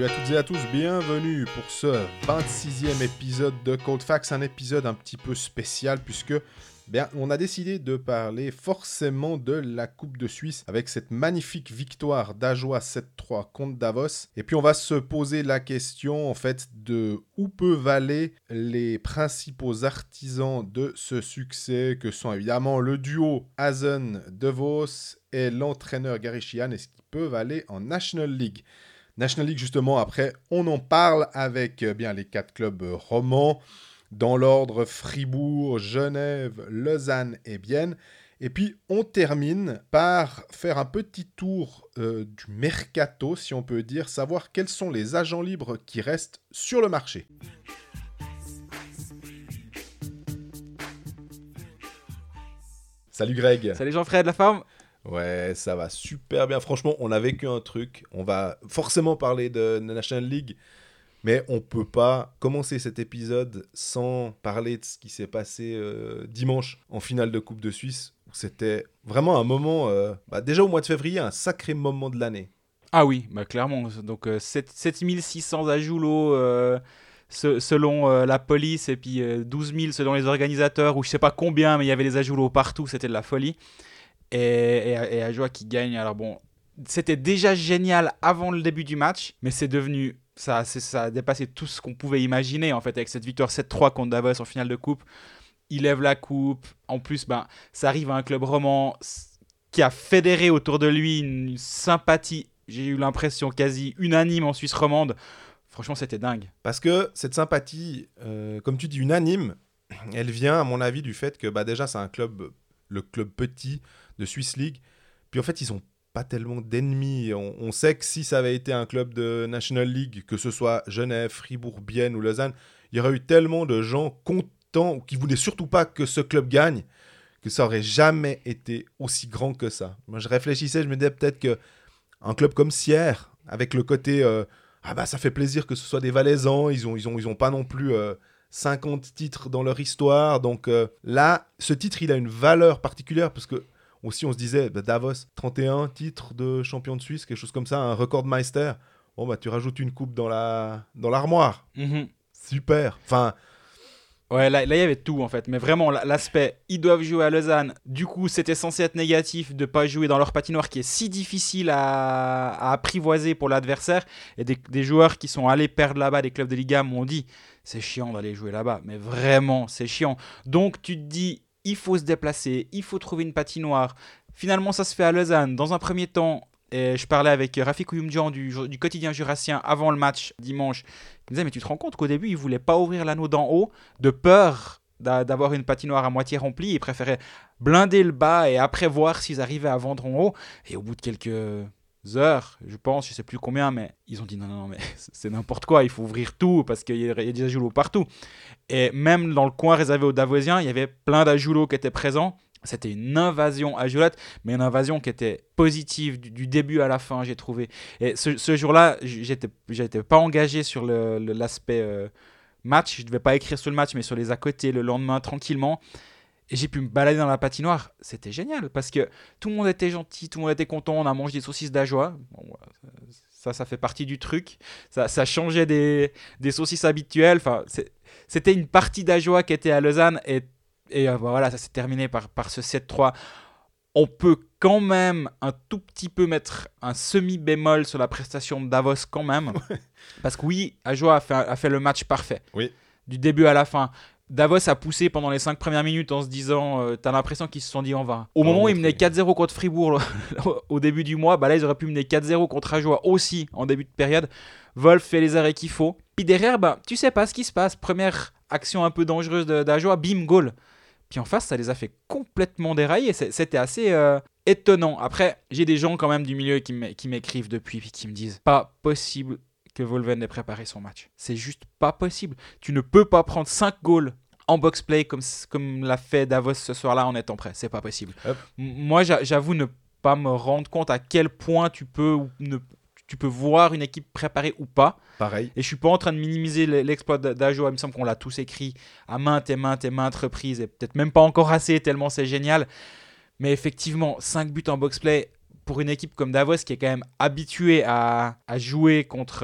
à toutes et à tous, bienvenue pour ce 26e épisode de Cold Facts, un épisode un petit peu spécial puisque on a décidé de parler forcément de la Coupe de Suisse avec cette magnifique victoire d'Ajoie 7-3 contre Davos. Et puis on va se poser la question en fait de où peuvent aller les principaux artisans de ce succès que sont évidemment le duo Hazen-De Vos et l'entraîneur Gary Sheehan. Est-ce qu'ils peuvent aller en National League ? National League, justement, après, on en parle avec les 4 clubs romans, dans l'ordre Fribourg, Genève, Lausanne et Bienne. Et puis, on termine par faire un petit tour du mercato, si on peut dire, savoir quels sont les agents libres qui restent sur le marché. Salut Greg. Salut Jean-Fred, la forme ? Ouais, ça va super bien. Franchement, on a vécu un truc. On va forcément parler de National League, mais on peut pas commencer cet épisode sans parler de ce qui s'est passé dimanche en finale de Coupe de Suisse. C'était vraiment un moment, déjà au mois de février, un sacré moment de l'année. Ah oui, clairement. Donc 7600 ajouts selon la police, et puis 12 000 selon les organisateurs, ou je sais pas combien, mais il y avait les ajouts partout, c'était de la folie. Et Ajoie qui gagne. Alors bon, c'était déjà génial avant le début du match, mais c'est devenu, ça a dépassé tout ce qu'on pouvait imaginer en fait avec cette victoire 7-3 contre Davos en finale de coupe. Il lève la coupe. En plus, ça arrive à un club roman qui a fédéré autour de lui une sympathie, j'ai eu l'impression quasi unanime en Suisse romande. Franchement, c'était dingue. Parce que cette sympathie, comme tu dis, unanime, elle vient à mon avis du fait que déjà c'est un club, le club petit de Swiss League. Puis en fait, ils n'ont pas tellement d'ennemis. On sait que si ça avait été un club de National League, que ce soit Genève, Fribourg, Bienne ou Lausanne, il y aurait eu tellement de gens contents ou qui ne voulaient surtout pas que ce club gagne, que ça n'aurait jamais été aussi grand que ça. Moi, je réfléchissais, je me disais peut-être qu'un club comme Sierre, avec le côté ça fait plaisir que ce soit des Valaisans, ils ont pas non plus 50 titres dans leur histoire. Donc là, ce titre, il a une valeur particulière parce que aussi, on se disait, Davos, 31 titres de champion de Suisse, quelque chose comme ça, un record de Meister. Bon, tu rajoutes une coupe dans l'armoire. Mm-hmm. Super. Enfin... Ouais, là, il y avait tout, en fait. Mais vraiment, l'aspect, ils doivent jouer à Lausanne. Du coup, c'était censé être négatif de ne pas jouer dans leur patinoire qui est si difficile à apprivoiser pour l'adversaire. Et des joueurs qui sont allés perdre là-bas, des clubs de Liga, m'ont dit, c'est chiant d'aller jouer là-bas. Mais vraiment, c'est chiant. Donc, tu te dis, il faut se déplacer, il faut trouver une patinoire. Finalement, ça se fait à Lausanne. Dans un premier temps, et je parlais avec Rafik Ouyumdian du quotidien jurassien avant le match dimanche. Il me disait, mais tu te rends compte qu'au début, il ne voulait pas ouvrir l'anneau d'en haut de peur d'avoir une patinoire à moitié remplie. Il préférait blinder le bas et après voir s'ils arrivaient à vendre en haut. Et au bout de quelques heures, je pense, je ne sais plus combien, mais ils ont dit non, mais c'est n'importe quoi, il faut ouvrir tout parce qu'il y a des ajoulots partout. Et même dans le coin réservé aux Davosiens, il y avait plein d'ajoulots qui étaient présents. C'était une invasion ajoulotte, mais une invasion qui était positive du début à la fin, j'ai trouvé. Et ce jour-là, j'étais pas engagé sur l'aspect match. Je devais pas écrire sur le match, mais sur les à côté, le lendemain, tranquillement. Et j'ai pu me balader dans la patinoire. C'était génial parce que tout le monde était gentil, tout le monde était content. On a mangé des saucisses d'Ajoie. Bon, ça fait partie du truc. Ça changeait des saucisses habituelles. Enfin, c'était une partie d'Ajoie qui était à Lausanne et voilà, ça s'est terminé par ce 7-3. On peut quand même un tout petit peu mettre un semi-bémol sur la prestation de Davos quand même. Parce que oui, Ajoie a fait le match parfait. Oui. Du début à la fin. Davos a poussé pendant les 5 premières minutes en se disant, t'as l'impression qu'ils se sont dit on va. Au moment où ils menaient 4-0 contre Fribourg au début du mois, là ils auraient pu mener 4-0 contre Ajoie aussi en début de période. Wolf fait les arrêts qu'il faut. Puis derrière, tu sais pas ce qui se passe. Première action un peu dangereuse d'Ajoie, bim, goal. Puis en face, ça les a fait complètement dérailler. C'était assez étonnant. Après, j'ai des gens quand même du milieu qui m'écrivent depuis et qui me disent pas possible que Wolven ait préparé son match. C'est juste pas possible. Tu ne peux pas prendre 5 goals en box-play comme l'a fait Davos ce soir-là en étant prêt. C'est pas possible. Moi, j'avoue ne pas me rendre compte à quel point tu peux voir une équipe préparée ou pas. Pareil. Et je suis pas en train de minimiser l'exploit d'Ajoie. Il me semble qu'on l'a tous écrit à maintes et maintes reprises. Et peut-être même pas encore assez, tellement c'est génial. Mais effectivement, 5 buts en box-play, pour une équipe comme Davos qui est quand même habituée à jouer contre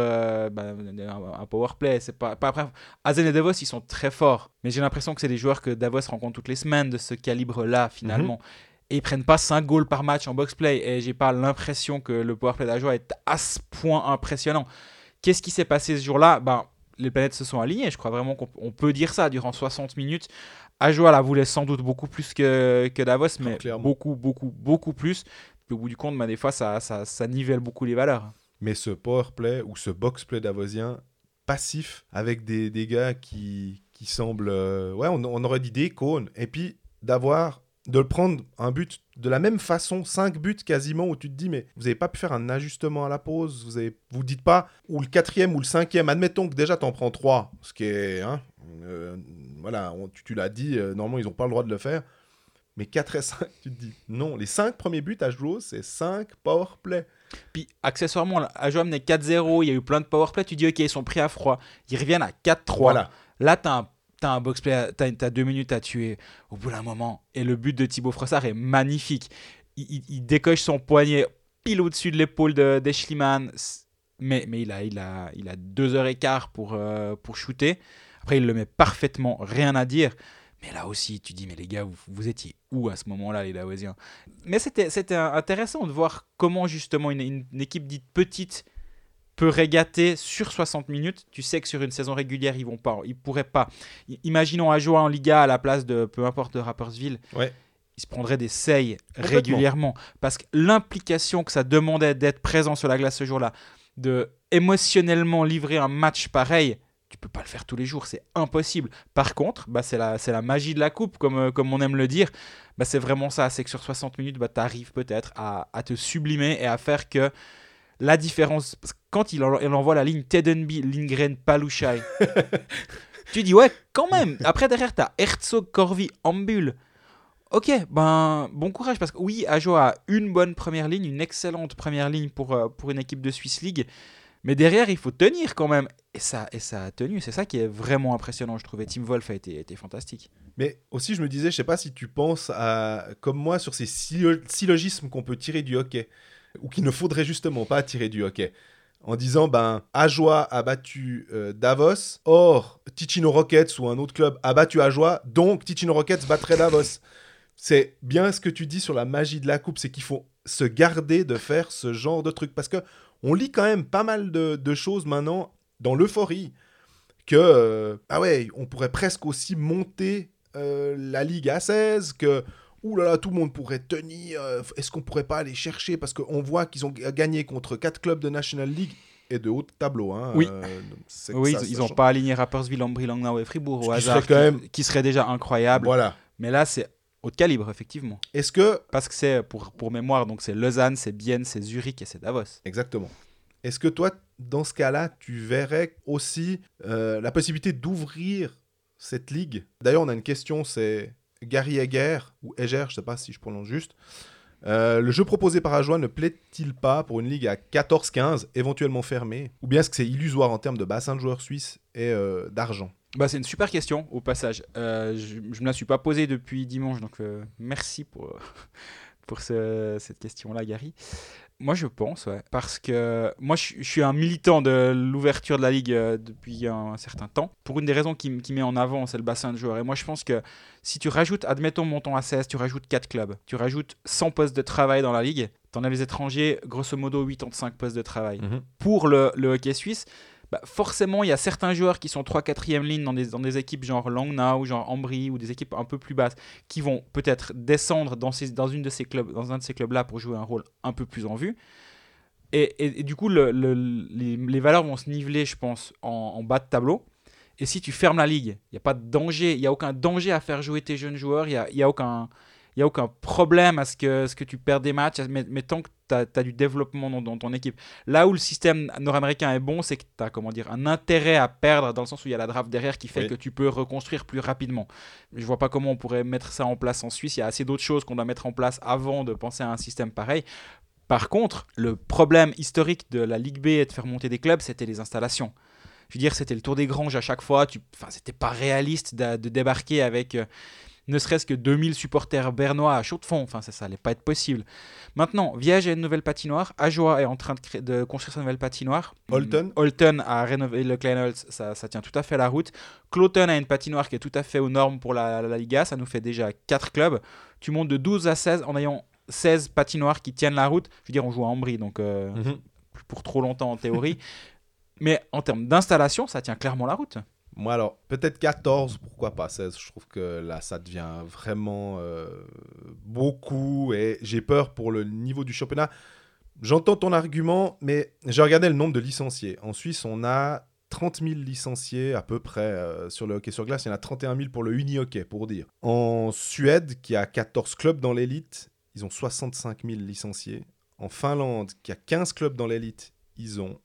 un powerplay, c'est pas après. Azen et Davos, ils sont très forts, mais j'ai l'impression que c'est des joueurs que Davos rencontre toutes les semaines de ce calibre-là finalement. Et ils prennent pas 5 goals par match en box-play, et j'ai pas l'impression que le powerplay d'Ajoa est à ce point impressionnant. Qu'est-ce qui s'est passé ce jour-là ? Les planètes se sont alignées, je crois vraiment qu'on peut dire ça durant 60 minutes. Ajoa la voulait sans doute beaucoup plus que Davos, mais beaucoup plus. Puis au bout du compte, des fois, ça nivelle beaucoup les valeurs. Mais ce powerplay ou ce box-play davosien passif, avec des gars qui semblent... on aurait dit des cônes. Et puis de le prendre un but de la même façon, 5 buts quasiment, où tu te dis, mais vous n'avez pas pu faire un ajustement à la pause, vous dites pas, ou le 4e ou le 5e, admettons que déjà tu en prends 3, ce qui est... tu l'as dit, normalement ils n'ont pas le droit de le faire, mais 4 et 5, tu te dis, non, les 5 premiers buts à jouer, c'est 5 powerplay. Puis accessoirement, Ajoa menait 4-0, il y a eu plein de powerplay, tu dis, ok, ils sont pris à froid, ils reviennent à 4-3, voilà. Là t'as un box-play, t'as 2 minutes à tuer au bout d'un moment. Et le but de Thibaut Frossard est magnifique. Il décoche son poignet pile au-dessus de l'épaule d'Eschliman. Mais il a 2h15 pour shooter. Après, il le met parfaitement, rien à dire. Mais là aussi, tu dis, mais les gars, vous étiez où à ce moment-là, les Davosiens ? Mais c'était intéressant de voir comment justement une équipe dite petite peut régater sur 60 minutes. Tu sais que sur une saison régulière, ils pourraient pas. Imaginons Ajoa en Liga à la place de peu importe de Rapperswil. Ouais. Ils se prendraient des seils régulièrement. Parce que l'implication que ça demandait d'être présent sur la glace ce jour-là, de émotionnellement livrer un match pareil, tu peux pas le faire tous les jours, c'est impossible. Par contre, c'est la magie de la coupe, comme on aime le dire. C'est vraiment ça, c'est que sur 60 minutes, tu arrives peut-être à te sublimer et à faire que la différence, parce que quand il envoie la ligne Tedenby, Lindgren, Palushai, tu dis ouais, quand même. Après, derrière, t'as Herzog, Corvi, Ambul. Ok, bon courage, parce que oui, Ajoa a une bonne première ligne, une excellente première ligne pour une équipe de Swiss League, mais derrière, il faut tenir quand même. Et ça a tenu, c'est ça qui est vraiment impressionnant, je trouvais. Tim Wolf a été fantastique. Mais aussi, je me disais, je sais pas si tu penses comme moi sur ces syllogismes qu'on peut tirer du hockey, ou qu'il ne faudrait justement pas tirer du hockey, en disant, Ajoa a battu Davos, or Ticino Rockets ou un autre club a battu Ajoa, donc Ticino Rockets battrait Davos. C'est bien ce que tu dis sur la magie de la coupe, c'est qu'il faut se garder de faire ce genre de truc, parce que on lit quand même pas mal de choses maintenant dans l'euphorie, que on pourrait presque aussi monter la Ligue à 16, que tout le monde pourrait tenir, est-ce qu'on pourrait pas aller chercher, parce qu'on voit qu'ils ont gagné contre 4 clubs de National League et de haut tableau. Oui, ils n'ont pas aligné Rapperswil, Ambry, Langnau et Fribourg au hasard, qui serait déjà incroyable. Voilà. Mais là, c'est haut de calibre, effectivement. Parce que c'est, pour mémoire, donc c'est Lausanne, c'est Bienne, c'est Zurich et c'est Davos. Exactement. Est-ce que toi, dans ce cas-là, tu verrais aussi la possibilité d'ouvrir cette ligue ? D'ailleurs, on a une question, c'est Gary Eger, ou Eger, je ne sais pas si je prononce juste. Le jeu proposé par Ajoa ne plaît-il pas pour une ligue à 14-15, éventuellement fermée ? Ou bien est-ce que c'est illusoire en termes de bassin de joueurs suisses et d'argent ? C'est une super question, au passage. Je ne me la suis pas posée depuis dimanche, donc merci pour cette question-là, Gary. Moi, je pense, ouais. Parce que moi, je suis un militant de l'ouverture de la Ligue depuis un certain temps. Pour une des raisons qui met en avant, c'est le bassin de joueurs. Et moi, je pense que si tu rajoutes, admettons, montons à 16, tu rajoutes 4 clubs, tu rajoutes 100 postes de travail dans la Ligue, tu en as les étrangers, grosso modo, 85 postes de travail. Pour le hockey suisse, forcément, il y a certains joueurs qui sont 3-4e ligne dans des équipes genre Langnau, genre Ambry, ou des équipes un peu plus basses, qui vont peut-être descendre dans un de ces clubs-là pour jouer un rôle un peu plus en vue. Et du coup, les valeurs vont se niveler, je pense, en bas de tableau. Et si tu fermes la ligue, il n'y a pas de danger, il n'y a aucun danger à faire jouer tes jeunes joueurs, il n'y a aucun problème à ce que tu perds des matchs, mais tant que tu as du développement dans ton équipe. Là où le système nord-américain est bon, c'est que tu as un intérêt à perdre, dans le sens où il y a la draft derrière qui fait que tu peux reconstruire plus rapidement. Je ne vois pas comment on pourrait mettre ça en place en Suisse. Il y a assez d'autres choses qu'on doit mettre en place avant de penser à un système pareil. Par contre, le problème historique de la Ligue B et de faire monter des clubs, c'était les installations. Je veux dire, c'était le tour des granges à chaque fois. C'était pas réaliste de débarquer avec ne serait-ce que 2000 supporters bernois à chaud de fond. Enfin, ça allait pas être possible. Maintenant, Viège a une nouvelle patinoire. Ajoie est en train de construire sa nouvelle patinoire. Holton a rénové le Kleinholz, ça tient tout à fait la route. Cloton a une patinoire qui est tout à fait aux normes pour la Liga. Ça nous fait déjà 4 clubs. Tu montes de 12 à 16 en ayant 16 patinoires qui tiennent la route. Je veux dire, on joue à Ambry, donc pour trop longtemps en théorie. Mais en termes d'installation, ça tient clairement la route. Moi, alors, peut-être 14, pourquoi pas 16. Je trouve que là, ça devient vraiment beaucoup et j'ai peur pour le niveau du championnat. J'entends ton argument, mais j'ai regardé le nombre de licenciés. En Suisse, on a 30 000 licenciés à peu près sur le hockey sur glace. Il y en a 31 000 pour le uni-hockey, pour dire. En Suède, qui a 14 clubs dans l'élite, ils ont 65 000 licenciés. En Finlande, qui a 15 clubs dans l'élite, ils ont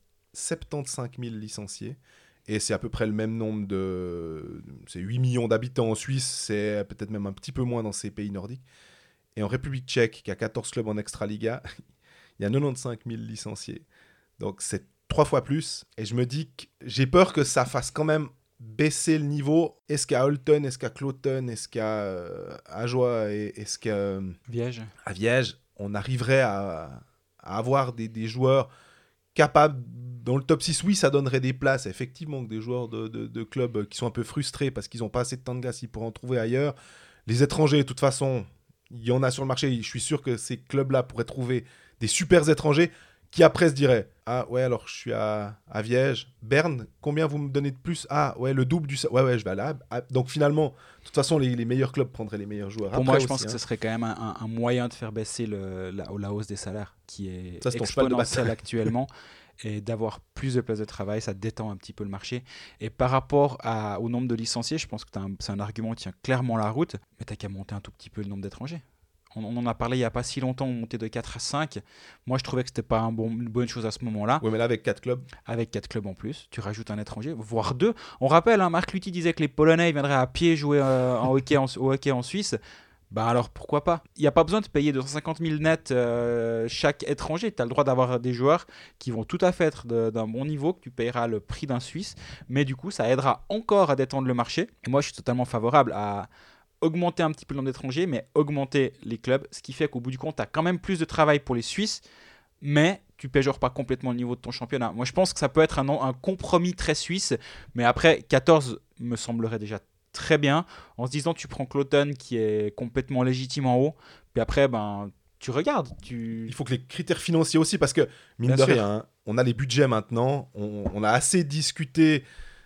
75 000 licenciés. Et c'est à peu près le même nombre de... C'est 8 millions d'habitants en Suisse, c'est peut-être même un petit peu moins dans ces pays nordiques. Et en République tchèque, qui a 14 clubs en Extraliga, il y a 95 000 licenciés. Donc c'est 3 fois plus. Et je me dis que j'ai peur que ça fasse quand même baisser le niveau. Est-ce qu'à Holton, est-ce qu'à Cloton, est-ce qu'à Ajoie, est-ce qu'à Viège. À Viège, on arriverait à avoir des joueurs capables. Dans le top 6, oui, ça donnerait des places. Effectivement, que des joueurs de clubs qui sont un peu frustrés parce qu'ils n'ont pas assez de temps de glace, ils pourraient en trouver ailleurs. Les étrangers, de toute façon, il y en a sur le marché. Je suis sûr que ces clubs-là pourraient trouver des super étrangers qui après se diraient « Ah ouais, alors je suis à Viège. Berne, combien vous me donnez de plus ? Ah ouais, le double du... Ouais, je vais là. » Donc finalement, de toute façon, les meilleurs clubs prendraient les meilleurs joueurs. Pour moi, je pense que ce serait quand même un moyen de faire baisser la hausse des salaires qui est exponentielle actuellement. Et d'avoir plus de places de travail, ça détend un petit peu le marché. Et par rapport au nombre de licenciés, je pense que c'est un argument qui tient clairement la route, mais tu n'as qu'à monter un tout petit peu le nombre d'étrangers. On en a parlé il n'y a pas si longtemps, on montait de 4 à 5. Moi, je trouvais que ce n'était pas une bonne chose à ce moment-là. Oui, mais là, avec 4 clubs. Avec 4 clubs en plus, tu rajoutes un étranger, voire 2. On rappelle, Marc Lutti disait que les Polonais viendraient à pied jouer au hockey en Suisse. Bah alors pourquoi pas ? Il n'y a pas besoin de payer 250 000 net chaque étranger. Tu as le droit d'avoir des joueurs qui vont tout à fait être d'un bon niveau, que tu payeras le prix d'un Suisse. Mais du coup, ça aidera encore à détendre le marché. Et moi, je suis totalement favorable à augmenter un petit peu le nombre d'étrangers, mais augmenter les clubs. Ce qui fait qu'au bout du compte, tu as quand même plus de travail pour les Suisses, mais tu péjores pas complètement le niveau de ton championnat. Moi, je pense que ça peut être un compromis très suisse. Mais après, 14 me semblerait déjà très bien, en se disant tu prends Cloton qui est complètement légitime en haut, puis après tu regardes. Il faut que les critères financiers aussi, parce que mine de rien, on a les budgets maintenant, on a assez discuté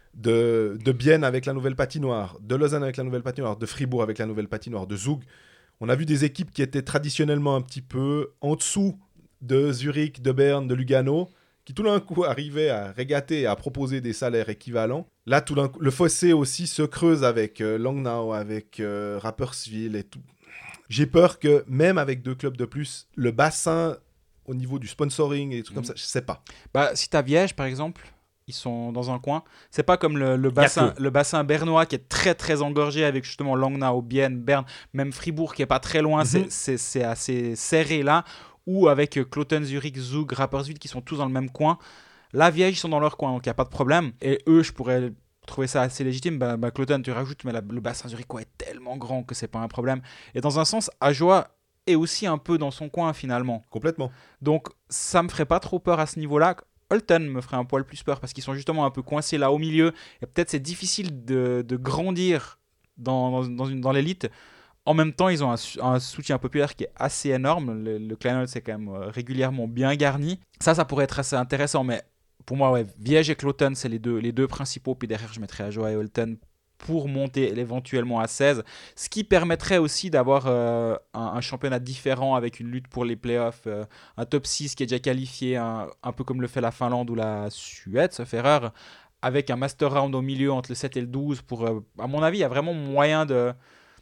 de Bienne avec la nouvelle patinoire, de Lausanne avec la nouvelle patinoire, de Fribourg avec la nouvelle patinoire, de Zug. On a vu des équipes qui étaient traditionnellement un petit peu en dessous de Zurich, de Berne, de Lugano, qui tout d'un coup arrivaient à régater et à proposer des salaires équivalents. Là, tout d'un coup, le fossé aussi se creuse avec Langnau, avec Rapperswil et tout. J'ai peur que, même avec 2 clubs de plus, le bassin au niveau du sponsoring et des trucs comme ça, je sais pas. Si tu as Viège, par exemple, ils sont dans un coin. C'est pas comme le bassin bernois qui est très très engorgé avec justement Langnau, Bienne, Berne, même Fribourg qui est pas très loin. C'est assez serré là. Ou avec Cloton, Zurich, Zug, Rapperswil qui sont tous dans le même coin. La Viège, ils sont dans leur coin, donc il n'y a pas de problème. Et eux, je pourrais trouver ça assez légitime. Cloton, tu rajoutes, mais le bassin zurichois est tellement grand que c'est pas un problème. Et dans un sens, Ajoie est aussi un peu dans son coin finalement. Complètement. Donc ça me ferait pas trop peur à ce niveau-là. Holton me ferait un poil plus peur parce qu'ils sont justement un peu coincés là au milieu. Et peut-être c'est difficile de grandir dans l'élite. En même temps, ils ont un soutien populaire qui est assez énorme. Le Kleinholz c'est quand même régulièrement bien garni. Ça pourrait être assez intéressant. Mais pour moi, ouais, Viège et Cloton, c'est les deux principaux. Puis derrière, je mettrais Ajoie et Holton pour monter éventuellement à 16. Ce qui permettrait aussi d'avoir un championnat différent avec une lutte pour les playoffs. Un top 6 qui est déjà qualifié, un peu comme le fait la Finlande ou la Suède, sauf erreur. Avec un master round au milieu entre le 7 et le 12. À mon avis, il y a vraiment moyen de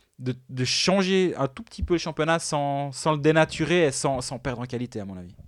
changer un tout petit peu le championnat sans le dénaturer et sans perdre en qualité, à mon avis.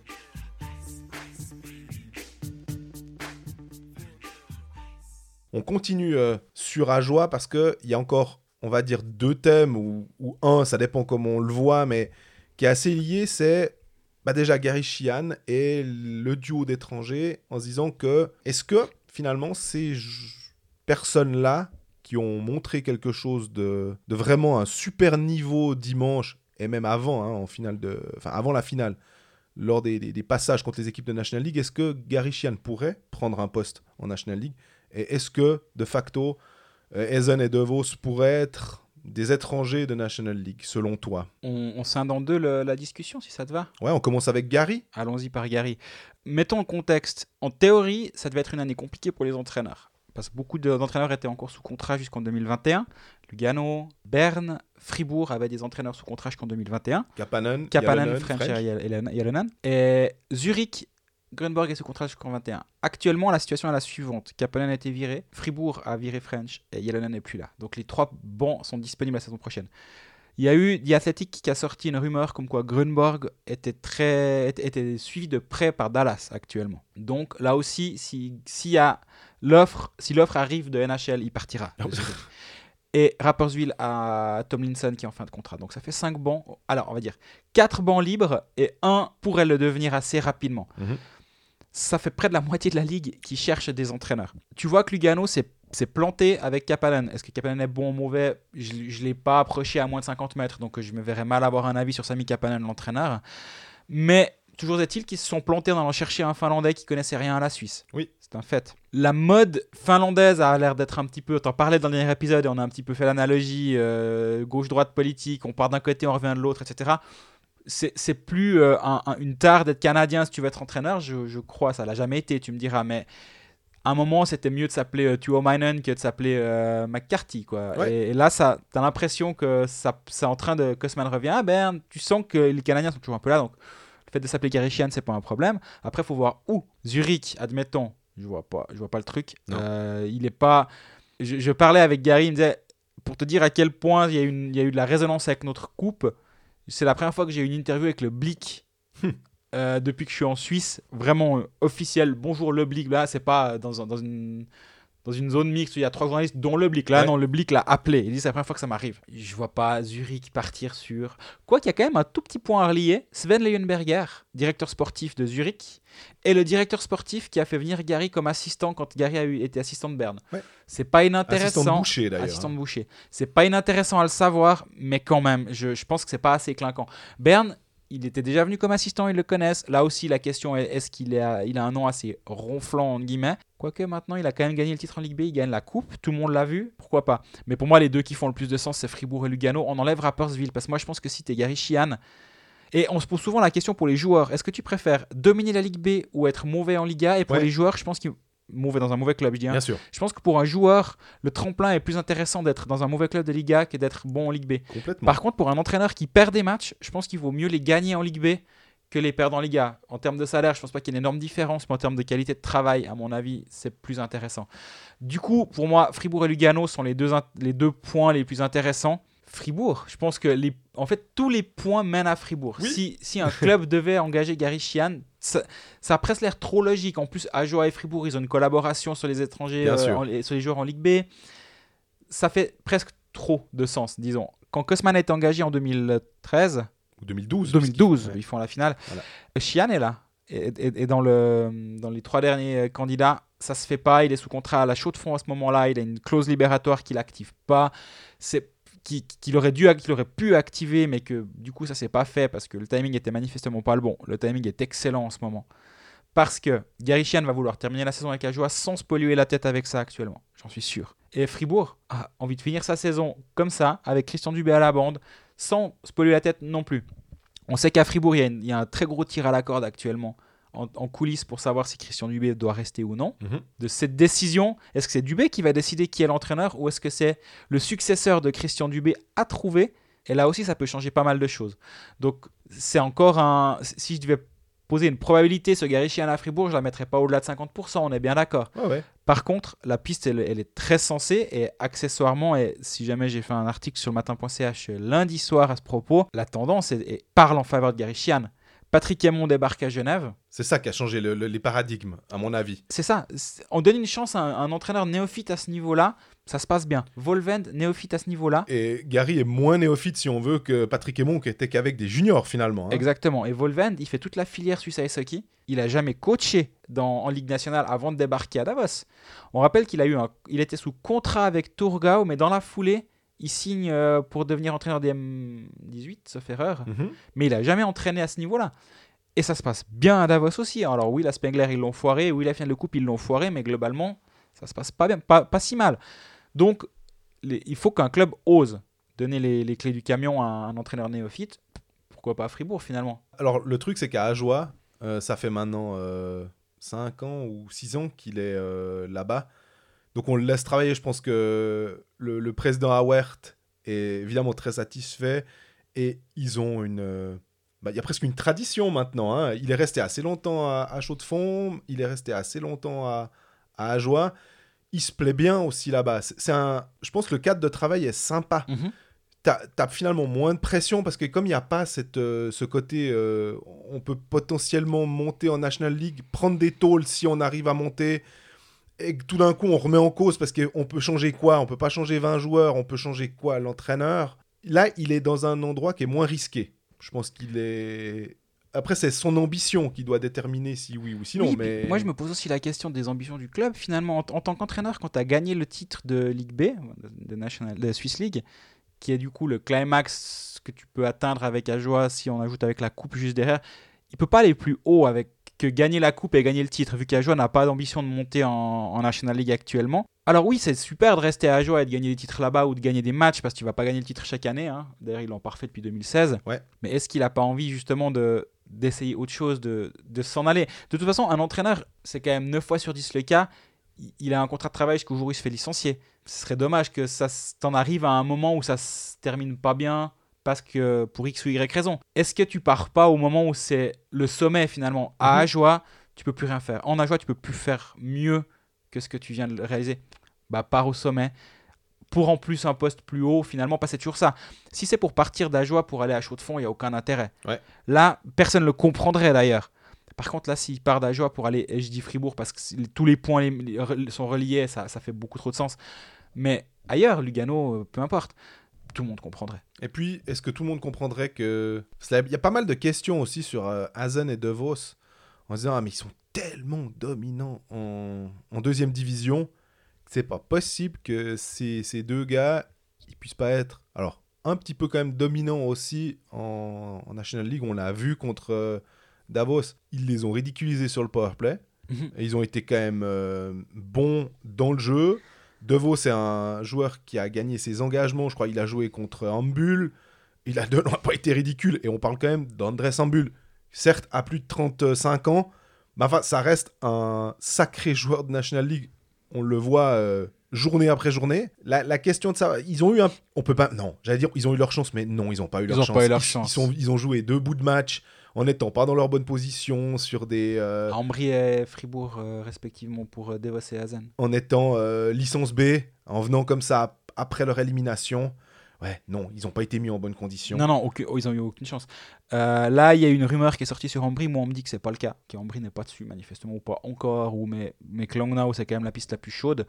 On continue sur Ajoie parce qu'il y a encore, on va dire, 2 thèmes, ou un, ça dépend comment on le voit, mais qui est assez lié, c'est déjà Gary Sheehan et le duo d'étrangers, en se disant que, est-ce que finalement ces personnes-là qui ont montré quelque chose de vraiment un super niveau dimanche, et même avant, avant la finale, lors des passages contre les équipes de National League, est-ce que Gary Sheehan pourrait prendre un poste en National League? Et est-ce que, de facto, Ezen et DeVos pourraient être des étrangers de National League, selon toi? On scinde en deux la discussion, si ça te va. Ouais, on commence avec Gary. Allons-y par Gary. Mettons le contexte. En théorie, ça devait être une année compliquée pour les entraîneurs. Parce que beaucoup d'entraîneurs étaient encore sous contrat jusqu'en 2021. Lugano, Berne, Fribourg avaient des entraîneurs sous contrat jusqu'en 2021. Kapanen, French et Jalonen. Et Zurich, Grunborg est sous contrat jusqu'en 2021. Actuellement, la situation est la suivante. Kapanen a été viré, Fribourg a viré French et Jalonen n'est plus là. Donc les 3 bancs sont disponibles la saison prochaine. Il y a eu The Athletic qui a sorti une rumeur comme quoi Grunborg était suivi de près par Dallas actuellement. Donc là aussi, si l'offre arrive de NHL, il partira. Et Rapperswil a Tomlinson qui est en fin de contrat. Donc ça fait 5 bancs. Alors on va dire 4 bancs libres et 1 pourrait le devenir assez rapidement. Ça fait près de la moitié de la ligue qui cherche des entraîneurs. Tu vois que Lugano s'est planté avec Kapanen. Est-ce que Kapanen est bon ou mauvais? Je ne l'ai pas approché à moins de 50 mètres, donc je me verrais mal avoir un avis sur Sami Kapanen, l'entraîneur. Mais toujours est-il qu'ils se sont plantés en allant chercher un Finlandais qui connaissait rien à la Suisse. Oui. C'est un fait. La mode finlandaise a l'air d'être un petit peu... T'en parlais dans le dernier épisode et on a un petit peu fait l'analogie gauche-droite politique. On part d'un côté, on revient de l'autre, etc. C'est plus une tare d'être canadien si tu veux être entraîneur, je crois. Ça l'a jamais été, tu me diras. Mais à un moment, c'était mieux de s'appeler Tuomainen que de s'appeler McCarthy, quoi. Ouais. Et là, t'as l'impression que c'est en train de... Kosman revient à Berne. Tu sens que les Canadiens sont toujours un peu là. Donc, le fait de s'appeler Gary Sheehan, c'est pas un problème. Après, il faut voir où. Zurich, admettons. Je vois pas le truc. Il est pas... Je parlais avec Gary, il me disait, pour te dire à quel point il y a eu de la résonance avec notre coupe, c'est la première fois que j'ai eu une interview avec le Blick depuis que je suis en Suisse, vraiment officiel. Bonjour le Blick, là, c'est pas dans une zone mixte où il y a 3 journalistes, dont le Blick. Là, ouais. Non, le Blick l'a appelé. Il dit c'est la première fois que ça m'arrive. Je vois pas Zurich partir sur... Quoi qu'il y a quand même un tout petit point à relier. Sven Leyenberger, directeur sportif de Zurich, et le directeur sportif qui a fait venir Gary comme assistant quand Gary été assistant de Berne. Ouais. C'est pas inintéressant. Assistant de Boucher, d'ailleurs. Assistant de Boucher. C'est pas inintéressant à le savoir, mais quand même, je pense que c'est pas assez clinquant. Berne, il était déjà venu comme assistant, ils le connaissent. Là aussi, la question est, est-ce qu'il a un nom assez ronflant, entre guillemets. Quoique maintenant, il a quand même gagné le titre en Ligue B, il gagne la coupe, tout le monde l'a vu, pourquoi pas. Mais pour moi, les deux qui font le plus de sens, c'est Fribourg et Lugano. On enlève Rapperswil, parce que moi, je pense que si t'es Gary Sheehan, et on se pose souvent la question pour les joueurs, est-ce que tu préfères dominer la Ligue B ou être mauvais en Liga? Et pour les joueurs, je pense qu'ils... Mauvais dans un mauvais club, je dis. Bien sûr. Je pense que pour un joueur, le tremplin est plus intéressant d'être dans un mauvais club de Liga que d'être bon en Ligue B. Complètement. Par contre, pour un entraîneur qui perd des matchs, je pense qu'il vaut mieux les gagner en Ligue B que les perdre en Liga. En termes de salaire, je pense pas qu'il y ait une énorme différence, mais en termes de qualité de travail, à mon avis, c'est plus intéressant. Du coup, pour moi, Fribourg et Lugano sont les deux points les plus intéressants. Fribourg, je pense que en fait, tous les points mènent à Fribourg. Oui. Si un club devait engager Gary Sheehan, ça a presque l'air trop logique. En plus, Ajoa et Fribourg, ils ont une collaboration sur les étrangers, sur les joueurs en Ligue B. Ça fait presque trop de sens, disons. Quand Kosman a été engagé en 2013... Ou 2012. 2012, ils font la finale. Voilà. Sheehan est là. Et dans les 3 derniers candidats, ça se fait pas. Il est sous contrat à la chaux de fond à ce moment-là. Il a une clause libératoire qu'il n'active pas. Qu'il aurait pu activer, mais que du coup ça s'est pas fait parce que le timing était manifestement pas le bon. Le timing est excellent en ce moment. Parce que Gary Sheehan va vouloir terminer la saison avec Ajoa sans se polluer la tête avec ça actuellement. J'en suis sûr. Et Fribourg a envie de finir sa saison comme ça, avec Christian Dubé à la bande, sans se polluer la tête non plus. On sait qu'à Fribourg, il y a un très gros tir à la corde actuellement en coulisses pour savoir si Christian Dubé doit rester ou non. De cette décision, est-ce que c'est Dubé qui va décider qui est l'entraîneur ou est-ce que c'est le successeur de Christian Dubé à trouver? Et là aussi, ça peut changer pas mal de choses. Donc, c'est encore si je devais poser une probabilité sur Gary Sheehan à Fribourg, je ne la mettrais pas au-delà de 50%, on est bien d'accord. Ouais. Par contre, la piste, elle est très sensée et accessoirement, et si jamais j'ai fait un article sur le matin.ch lundi soir à ce propos, la tendance parle en faveur de Gary Sheehan. Patrick Aymon débarque à Genève. C'est ça qui a changé les paradigmes, à mon avis. C'est ça. On donne une chance à un entraîneur néophyte à ce niveau-là, ça se passe bien. Volvend, néophyte à ce niveau-là. Et Gary est moins néophyte, si on veut, que Patrick Aymon, qui était qu'avec des juniors, finalement. Hein. Exactement. Et Volvend, il fait toute la filière suisse ice hockey. Il a jamais coaché en Ligue nationale avant de débarquer à Davos. On rappelle il était sous contrat avec Thurgau, mais dans la foulée, il signe pour devenir entraîneur des M18, sauf erreur. Mais il n'a jamais entraîné à ce niveau-là. Et ça se passe bien à Davos aussi. Alors oui, la Spengler, ils l'ont foiré. Oui, la finale de coupe, ils l'ont foiré. Mais globalement, ça se passe pas bien, pas si mal. Donc, il faut qu'un club ose donner les clés du camion à un entraîneur néophyte. Pourquoi pas à Fribourg, finalement? Alors, le truc, c'est qu'à Ajoie, ça fait maintenant 5 ans ou 6 ans qu'il est là-bas. Donc, on le laisse travailler. Je pense que le président Awert est évidemment très satisfait. Et ils ont il y a presque une tradition maintenant. Hein. Il est resté assez longtemps à Chaux-de-Fonds. Il est resté assez longtemps à Ajoie. Il se plaît bien aussi là-bas. Je pense que le cadre de travail est sympa. T'as finalement moins de pression parce que comme il n'y a pas ce côté, on peut potentiellement monter en National League, prendre des tôles si on arrive à monter, et que tout d'un coup on remet en cause parce qu'on peut changer quoi? On peut pas changer 20 joueurs, on peut changer quoi? L'entraîneur. Là, il est dans un endroit qui est moins risqué. Je pense qu'il est... Après, c'est son ambition qui doit déterminer si oui ou sinon. Oui, mais... Moi, je me pose aussi la question des ambitions du club. Finalement, en tant qu'entraîneur, quand tu as gagné le titre de Ligue B, de Swiss League, qui est du coup le climax que tu peux atteindre avec Ajoie si on ajoute avec la coupe juste derrière, il peut pas aller plus haut que gagner la coupe et gagner le titre, vu qu'Ajoie n'a pas d'ambition de monter en National League actuellement. Alors oui, c'est super de rester à Ajoie et de gagner des titres là-bas ou de gagner des matchs, parce que tu vas pas gagner le titre chaque année. Hein. D'ailleurs, ils l'ont parfait depuis 2016. Ouais. Mais est-ce qu'il a pas envie justement d'essayer autre chose, de s'en aller? De toute façon, un entraîneur, c'est quand même 9 fois sur 10 le cas. Il a un contrat de travail jusqu'au jour où il se fait licencier. Ce serait dommage que ça t'en arrive à un moment où ça se termine pas bien parce que pour X ou Y raison. Est-ce que tu pars pas au moment où c'est le sommet finalement? À Ajoie, tu peux plus rien faire. En Ajoie, tu peux plus faire mieux que ce que tu viens de réaliser. Pars au sommet. Pour en plus un poste plus haut, finalement, c'est toujours ça. Si c'est pour partir d'Ajoie pour aller à Chaux-de-Fonds, il n'y a aucun intérêt. Ouais. Là, personne ne le comprendrait d'ailleurs. Par contre, là, s'il part d'Ajoie pour aller, je dis Fribourg, parce que tous les points sont reliés, ça fait beaucoup trop de sens. Mais ailleurs, Lugano, peu importe, tout le monde comprendrait. Et puis, est-ce que tout le monde comprendrait que... Il y a pas mal de questions aussi sur Hazen et De Vos, en disant « Ah, mais ils sont tellement dominants en deuxième division, que c'est pas possible que ces deux gars, ils puissent pas être... » Alors, un petit peu quand même dominants aussi en National League, on l'a vu contre Davos, ils les ont ridiculisés sur le powerplay, et ils ont été quand même bons dans le jeu. De Vos, c'est un joueur qui a gagné ses engagements. Je crois qu'il a joué contre Ambul. Il n'a pas été ridicule. Et on parle quand même d'Andrés Ambul. Certes, à plus de 35 ans. Mais enfin, ça reste un sacré joueur de National League. On le voit journée après journée. La question de ça, ils ont eu un... On peut pas... Non, j'allais dire, ils ont eu leur chance. Mais non, ils n'ont pas eu leur chance. Ils ont joué 2 bouts de match en n'étant pas dans leur bonne position sur des... Ambry et Fribourg, respectivement, pour Devos et Hazen. En étant licence B, en venant comme ça après leur élimination. Ouais, non, ils n'ont pas été mis en bonne condition. Non, ils n'ont eu aucune chance. Là, il y a une rumeur qui est sortie sur Ambry. Moi, on me dit que ce n'est pas le cas, qu'Ambry n'est pas dessus, manifestement, ou pas encore. Mais que Langnau, c'est quand même la piste la plus chaude.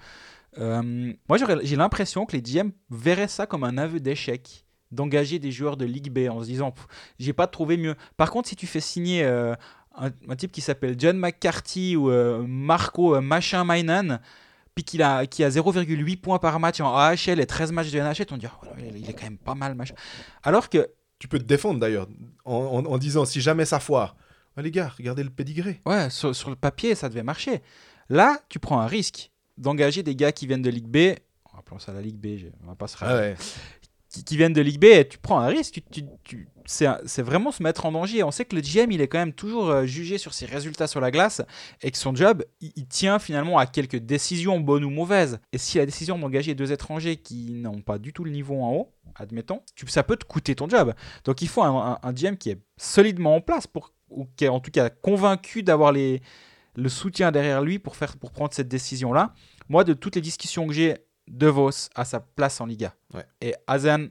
Moi, j'ai l'impression que les GM verraient ça comme un aveu d'échec, d'engager des joueurs de Ligue B en se disant j'ai pas trouvé mieux. Par contre, si tu fais signer un type qui s'appelle John McCarthy ou Marco Machin-Mainan, puis qui a 0,8 points par match en AHL et 13 matchs de NHL, on dit il est quand même pas mal machin. Alors que tu peux te défendre d'ailleurs en disant si jamais ça foire, les gars, regardez le pédigré. Ouais, sur le papier ça devait marcher. Là, tu prends un risque d'engager des gars qui viennent de Ligue B. Rappelons ça la Ligue B, on va pas se rappeler. Qui viennent de Ligue B, et tu prends un risque, c'est vraiment se mettre en danger. On sait que le GM, il est quand même toujours jugé sur ses résultats sur la glace, et que son job, il tient finalement à quelques décisions bonnes ou mauvaises. Et si la décision d'engager 2 étrangers qui n'ont pas du tout le niveau en haut, admettons, ça peut te coûter ton job. Donc il faut un GM qui est solidement en place, ou qui est en tout cas convaincu d'avoir le soutien derrière lui pour prendre cette décision-là. Moi, de toutes les discussions que j'ai, De Vos a sa place en Liga. Ouais. Et Hazen,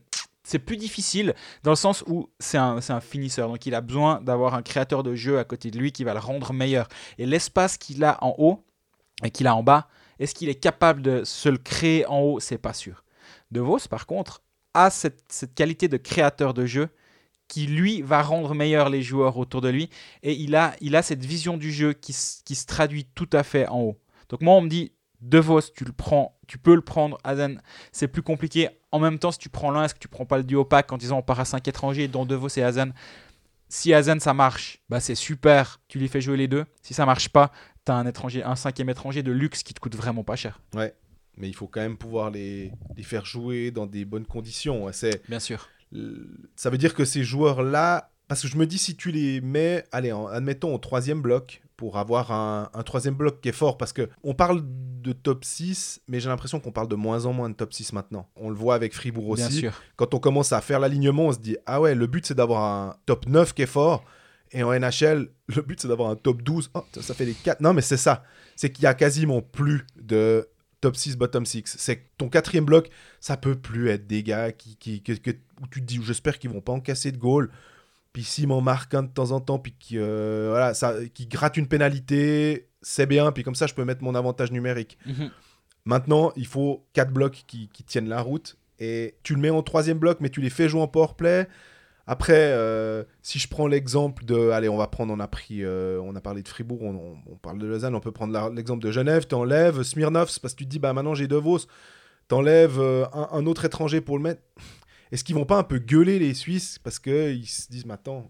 c'est plus difficile dans le sens où c'est un finisseur. Donc, il a besoin d'avoir un créateur de jeu à côté de lui qui va le rendre meilleur. Et l'espace qu'il a en haut et qu'il a en bas, est-ce qu'il est capable de se le créer en haut? C'est pas sûr. De Vos, par contre, a cette qualité de créateur de jeu qui, lui, va rendre meilleurs les joueurs autour de lui. Et il a cette vision du jeu qui se traduit tout à fait en haut. Donc, moi, on me dit, De Vos, tu peux le prendre. Hazen, c'est plus compliqué. En même temps, si tu prends l'un, est-ce que tu prends pas le duo pack en disant on part à 5 étrangers, dont De Vos et Hazen? Si Hazen, ça marche, bah c'est super. Tu lui fais jouer les deux. Si ça marche pas, tu as un cinquième étranger de luxe qui te coûte vraiment pas cher. Ouais, mais il faut quand même pouvoir les faire jouer dans des bonnes conditions. Bien sûr. Ça veut dire que ces joueurs-là, parce que je me dis, si tu les mets, allez, admettons au troisième bloc, pour avoir un troisième bloc qui est fort, parce qu'on parle de top 6, mais j'ai l'impression qu'on parle de moins en moins de top 6 maintenant. On le voit avec Fribourg aussi. Bien sûr. Quand on commence à faire l'alignement, on se dit, ah ouais, le but c'est d'avoir un top 9 qui est fort, et en NHL, le but c'est d'avoir un top 12. Oh, ça fait les 4. Non, mais c'est ça. C'est qu'il y a quasiment plus de top 6, bottom 6. C'est que ton quatrième bloc, ça peut plus être des gars où tu te dis, j'espère qu'ils vont pas en casser de goal. Puis s'ils m'en marquent un de temps en temps, puis qui gratte une pénalité, c'est bien. Puis comme ça, je peux mettre mon avantage numérique. Mm-hmm. Maintenant, il faut 4 blocs qui tiennent la route. Et tu le mets en troisième bloc, mais tu les fais jouer en powerplay. Après, si je prends l'exemple de... Allez, on a parlé de Fribourg, on parle de Lausanne, on peut prendre l'exemple de Genève. Tu enlèves Smirnov, c'est parce que tu te dis, bah maintenant j'ai De Vos. Tu enlèves un autre étranger pour le mettre. Est-ce qu'ils vont pas un peu gueuler les Suisses parce qu'ils se disent, mais attends,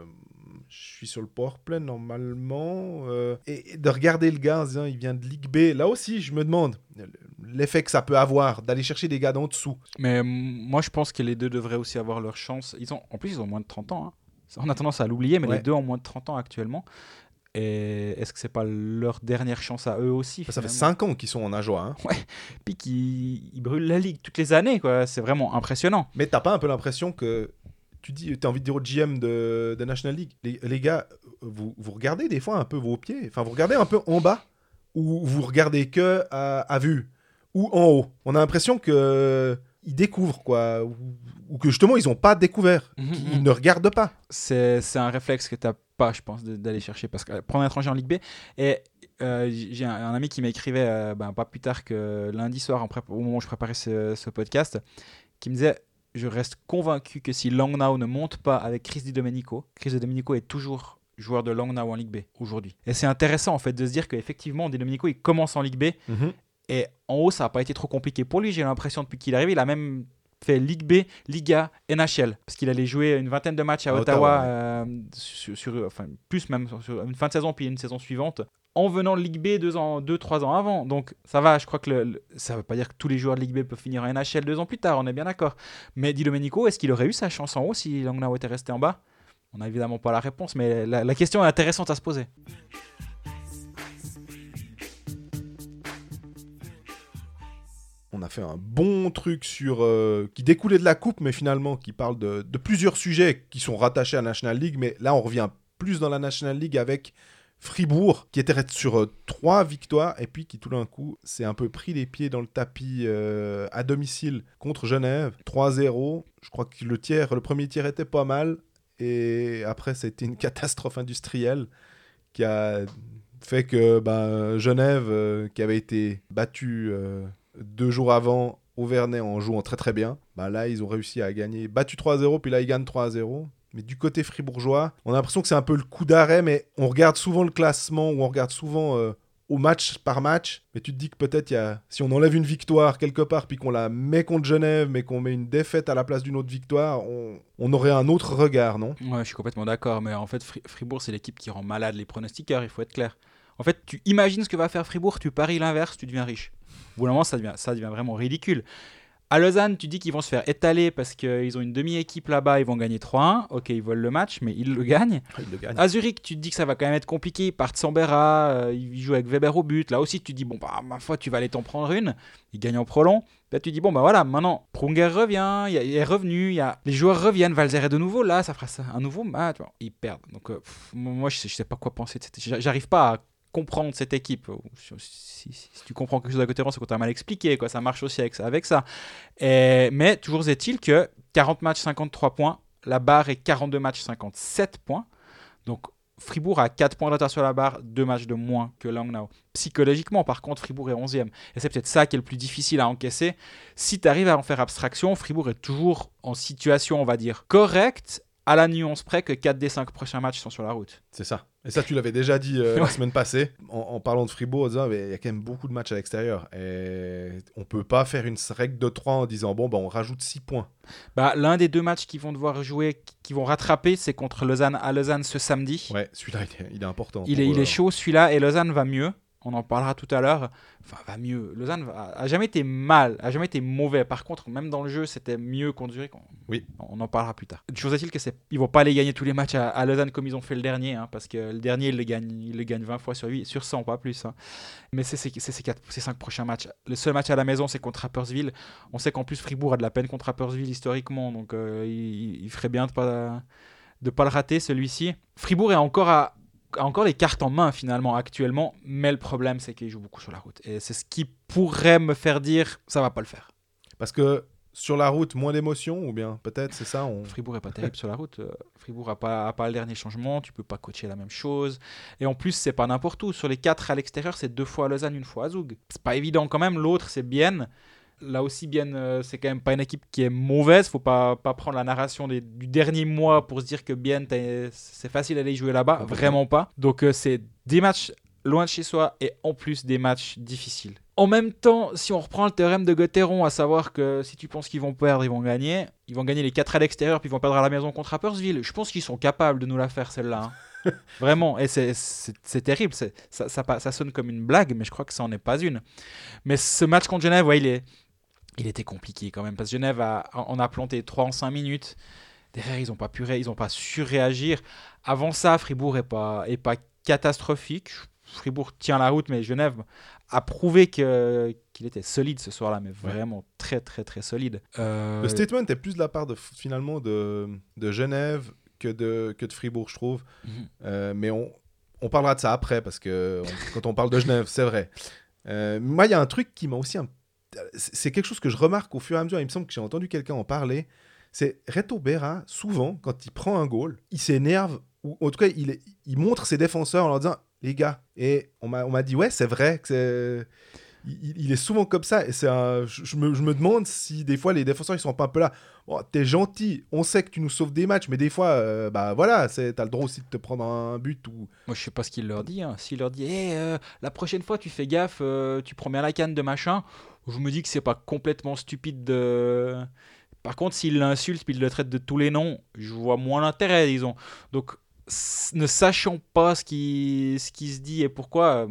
je suis sur le powerplay normalement. Et de regarder le gars en se disant, il vient de Ligue B. Là aussi, je me demande l'effet que ça peut avoir d'aller chercher des gars d'en dessous. Mais moi, je pense que les deux devraient aussi avoir leur chance. En plus, ils ont moins de 30 ans. Hein. On a tendance à l'oublier, mais Ouais. les deux ont moins de 30 ans actuellement. Et est-ce que c'est pas leur dernière chance à eux aussi? Ça fait 5 ans qu'ils sont en Ajoie. Hein. Ouais, puis qu'ils brûlent la ligue toutes les années, quoi. C'est vraiment impressionnant. Mais t'as pas un peu l'impression que t'as envie de dire au GM de National League, les gars, vous regardez des fois un peu vos pieds, enfin vous regardez un peu en bas, ou vous regardez que à vue, ou en haut. On a l'impression que ils découvrent, quoi, ou que justement ils ont pas découvert, qu'ils ne regardent pas. C'est un réflexe que t'as pas, je pense, d'aller chercher, parce que prendre un étranger en Ligue B. Et j'ai un ami qui m'écrivait pas plus tard que lundi soir, au moment où je préparais ce podcast, qui me disait, je reste convaincu que si Langnau ne monte pas avec Chris Di Domenico est toujours joueur de Langnau en Ligue B aujourd'hui. Et c'est intéressant en fait de se dire qu'effectivement Di Domenico il commence en Ligue B et en haut ça n'a pas été trop compliqué pour lui. J'ai l'impression depuis qu'il est arrivé, il a même fait Ligue B, Liga, NHL parce qu'il allait jouer une vingtaine de matchs à Ottawa, plus même sur une fin de saison puis une saison suivante. En venant de Ligue B 2-3 ans avant. Donc ça va, je crois que ça ne veut pas dire que tous les joueurs de Ligue B peuvent finir en NHL 2 ans plus tard, on est bien d'accord. Mais Di Domenico, est-ce qu'il aurait eu sa chance en haut si Langnau était resté en bas? On n'a évidemment pas la réponse, mais la question est intéressante à se poser. On a fait un bon truc qui découlait de la coupe, mais finalement qui parle de plusieurs sujets qui sont rattachés à la National League. Mais là, on revient plus dans la National League avec Fribourg, qui était sur 3 victoires, et puis qui tout d'un coup s'est un peu pris les pieds dans le tapis à domicile contre Genève. 3-0. Je crois que le premier tiers était pas mal. Et après, c'était une catastrophe industrielle qui a fait que Genève, qui avait été battue 2 jours avant au Vernet en jouant très très bien, là, ils ont réussi à gagner. Battu 3-0, puis là, ils gagnent 3-0. Mais du côté fribourgeois, on a l'impression que c'est un peu le coup d'arrêt, mais on regarde souvent le classement, ou on regarde souvent au match par match, mais tu te dis que peut-être si on enlève une victoire quelque part, puis qu'on la met contre Genève, mais qu'on met une défaite à la place d'une autre victoire, on aurait un autre regard, non? Ouais, je suis complètement d'accord, mais en fait, Fribourg, c'est l'équipe qui rend malade les pronostiqueurs, il faut être clair. En fait, tu imagines ce que va faire Fribourg, tu paries l'inverse, tu deviens riche. Au bout d'un moment, ça devient vraiment ridicule. À Lausanne, tu dis qu'ils vont se faire étaler parce qu'ils ont une demi-équipe là-bas, ils vont gagner 3-1. Ok, ils volent le match, mais ils le gagnent. À Zurich, tu te dis que ça va quand même être compliqué. Ils partent sans Berra, ils jouent avec Weber au but. Là aussi, tu te dis, ma foi, tu vas aller t'en prendre une. Ils gagnent en prolong. Là, tu te dis, voilà, maintenant, Prunger revient, il est revenu, les joueurs reviennent, Valzer est de nouveau là, ça fera ça, un nouveau match. Ils perdent. Donc, moi, je sais pas quoi penser. J'arrive pas comprendre cette équipe. Si tu comprends quelque chose à Gauthieron, c'est qu'on t'a mal expliqué, quoi. Ça marche aussi avec ça. Mais toujours est-il que 40 matchs, 53 points. La barre est 42 matchs, 57 points. Donc, Fribourg a 4 points de retard sur la barre, 2 matchs de moins que Langnau. Psychologiquement, par contre, Fribourg est 11e. Et c'est peut-être ça qui est le plus difficile à encaisser. Si tu arrives à en faire abstraction, Fribourg est toujours en situation, on va dire, correcte, à la nuance près que 4 des 5 prochains matchs sont sur la route. C'est ça. Et ça, tu l'avais déjà dit la semaine passée, en parlant de Fribourg, en disant il y a quand même beaucoup de matchs à l'extérieur. Et on peut pas faire une règle de 3 en disant on rajoute 6 points. L'un des 2 matchs qu'ils vont devoir jouer, qu'ils vont rattraper, c'est contre Lausanne à Lausanne ce samedi. Ouais, celui-là, il est important. Il est chaud, celui-là, et Lausanne va mieux. On en parlera tout à l'heure. Enfin, va mieux. Lausanne a jamais été mal, a jamais été mauvais. Par contre, même dans le jeu, c'était mieux contre Zurich. Oui. On en parlera plus tard. Chose est-il qu'ils vont pas aller gagner tous les matchs à Lausanne comme ils ont fait le dernier, hein, parce que le dernier, ils le gagnent 20 fois sur 100, pas plus. Hein. Mais c'est ces 5 prochains matchs. Le seul match à la maison, c'est contre Rapperswil. On sait qu'en plus, Fribourg a de la peine contre Rapperswil historiquement, donc il ferait bien de pas le rater, celui-ci. Fribourg est encore les cartes en main finalement actuellement, mais le problème c'est qu'il joue beaucoup sur la route et c'est ce qui pourrait me faire dire ça va pas le faire. Parce que sur la route, moins d'émotion ou bien peut-être c'est ça Fribourg est pas terrible sur la route. Fribourg a pas le dernier changement, tu peux pas coacher la même chose et en plus c'est pas n'importe où. Sur les 4 à l'extérieur, c'est 2 fois à Lausanne, 1 fois à Zug. C'est pas évident quand même. L'autre c'est Bienne. Là aussi, Bienne, c'est quand même pas une équipe qui est mauvaise. Faut pas prendre la narration du dernier mois pour se dire que Bienne, c'est facile d'aller jouer là-bas. Vraiment pas. Donc, c'est des matchs loin de chez soi et en plus des matchs difficiles. En même temps, si on reprend le théorème de Gauthieron, à savoir que si tu penses qu'ils vont perdre, ils vont gagner les 4 à l'extérieur, puis ils vont perdre à la maison contre Rapperswil. Je pense qu'ils sont capables de nous la faire, celle-là. Hein. Vraiment. Et c'est terrible. Ça sonne comme une blague, mais je crois que ça en est pas une. Mais ce match contre Genève, il était compliqué quand même, parce que Genève on a planté 3 en 5 minutes. Derrière, ils n'ont pas su réagir. Avant ça, Fribourg est pas catastrophique. Fribourg tient la route, mais Genève a prouvé qu'il était solide ce soir-là, mais vraiment très, très, très solide. Le statement est plus de la part finalement de Genève que de Fribourg, je trouve. Mm-hmm. Mais on parlera de ça après, parce que quand on parle de Genève, c'est vrai. Moi, il y a un truc qui m'a aussi c'est quelque chose que je remarque au fur et à mesure, il me semble que j'ai entendu quelqu'un en parler, c'est Reto Berra, souvent, quand il prend un goal, il s'énerve, ou en tout cas, il montre ses défenseurs en leur disant « Les gars », et on m'a dit « Ouais, c'est vrai, que il est souvent comme ça, et je me demande si des fois les défenseurs, ils sont pas un peu là « T'es gentil, on sait que tu nous sauves des matchs, mais des fois, voilà, t'as le droit aussi de te prendre un but. » ou... Moi, je sais pas ce qu'il leur dit. Hein. S'il leur dit la prochaine fois, tu fais gaffe, tu prends bien la canne de machin », je me dis que c'est pas complètement stupide de... Par contre, s'il l'insulte puis il le traite de tous les noms, je vois moins l'intérêt, disons. Donc, ne sachant pas ce qui se dit et pourquoi,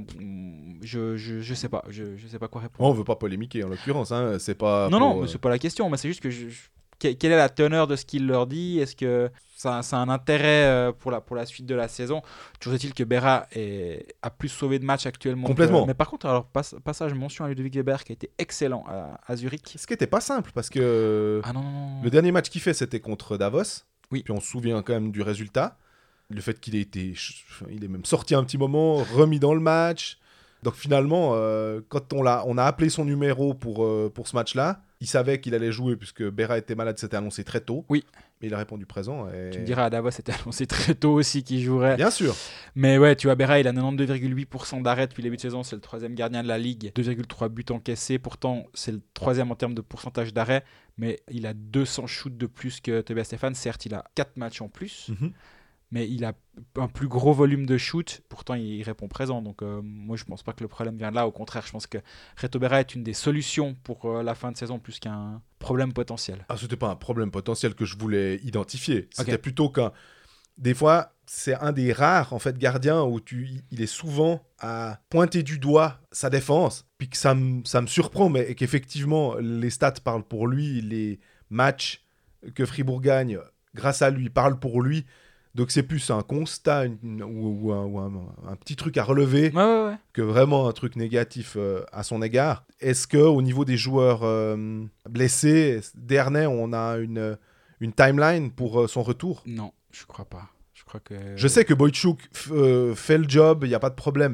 je sais pas. Je sais pas quoi répondre. On veut pas polémiquer en l'occurrence, hein. C'est pas. Non, mais c'est pas la question. Mais c'est juste que quelle est la teneur de ce qu'il leur dit? Est-ce que ça a un intérêt pour la suite de la saison? Toujours est-il que Berra a plus sauvé de matchs actuellement. Complètement. Mais par contre, alors, passage mention à Ludovic Weber qui a été excellent à Zurich. Ce qui n'était pas simple parce que non. Le dernier match qu'il fait, c'était contre Davos. Oui. Puis on se souvient quand même du résultat. Le fait qu'il il est même sorti un petit moment, remis dans le match. Donc finalement, quand on a appelé son numéro pour ce match-là, il savait qu'il allait jouer puisque Berra était malade, c'était annoncé très tôt. Oui. Mais il a répondu présent. Et... Tu me diras, à Davos, c'était annoncé très tôt aussi qu'il jouerait. Bien sûr. Mais ouais, tu vois, Berra, il a 92,8% d'arrêt depuis le début de saison. C'est le 3e gardien de la Ligue. 2,3 buts encaissés. Pourtant, c'est le 3e en termes de pourcentage d'arrêt. Mais il a 200 shoots de plus que Tobias Stephan. Certes, il a 4 matchs en plus. Mm-hmm. Mais il a un plus gros volume de shoot, pourtant il répond présent. Donc moi je pense pas que le problème vient de là. Au contraire, je pense que Reto Berra est une des solutions pour la fin de saison plus qu'un problème potentiel. Ah, c'était pas un problème potentiel que je voulais identifier. C'était plutôt qu'un... Des fois, c'est un des rares en fait gardiens où il est souvent à pointer du doigt sa défense, puis que ça me surprend, mais qu'effectivement les stats parlent pour lui, les matchs que Fribourg gagne grâce à lui parlent pour lui. Donc c'est plus un constat ou un petit truc à relever que vraiment un truc négatif à son égard. Est-ce qu'au niveau des joueurs blessés, Dernay, on a une timeline pour son retour? Non, je crois pas. Je sais que Boychuk fait le job, il n'y a pas de problème.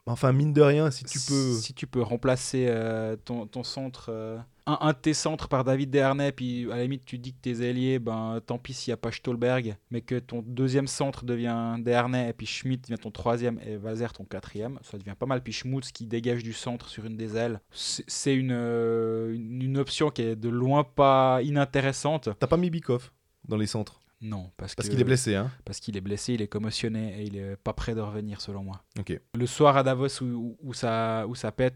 Enfin, mine de rien, si tu peux remplacer ton centre, un de tes centres par David Desharnais, puis à la limite tu dis que tes ailiers, ben tant pis s'il n'y a pas Stolberg, mais que ton deuxième centre devient Desharnais, et puis Schmidt devient ton troisième, et Valzer ton quatrième, ça devient pas mal. Puis Schmutz qui dégage du centre sur une des ailes, c'est une option qui est de loin pas inintéressante. T'as pas mis Bikov dans les centres? Non, parce qu'il est blessé, hein. Parce qu'il est blessé, il est commotionné et il est pas prêt de revenir selon moi. Ok. Le soir à Davos où ça pète,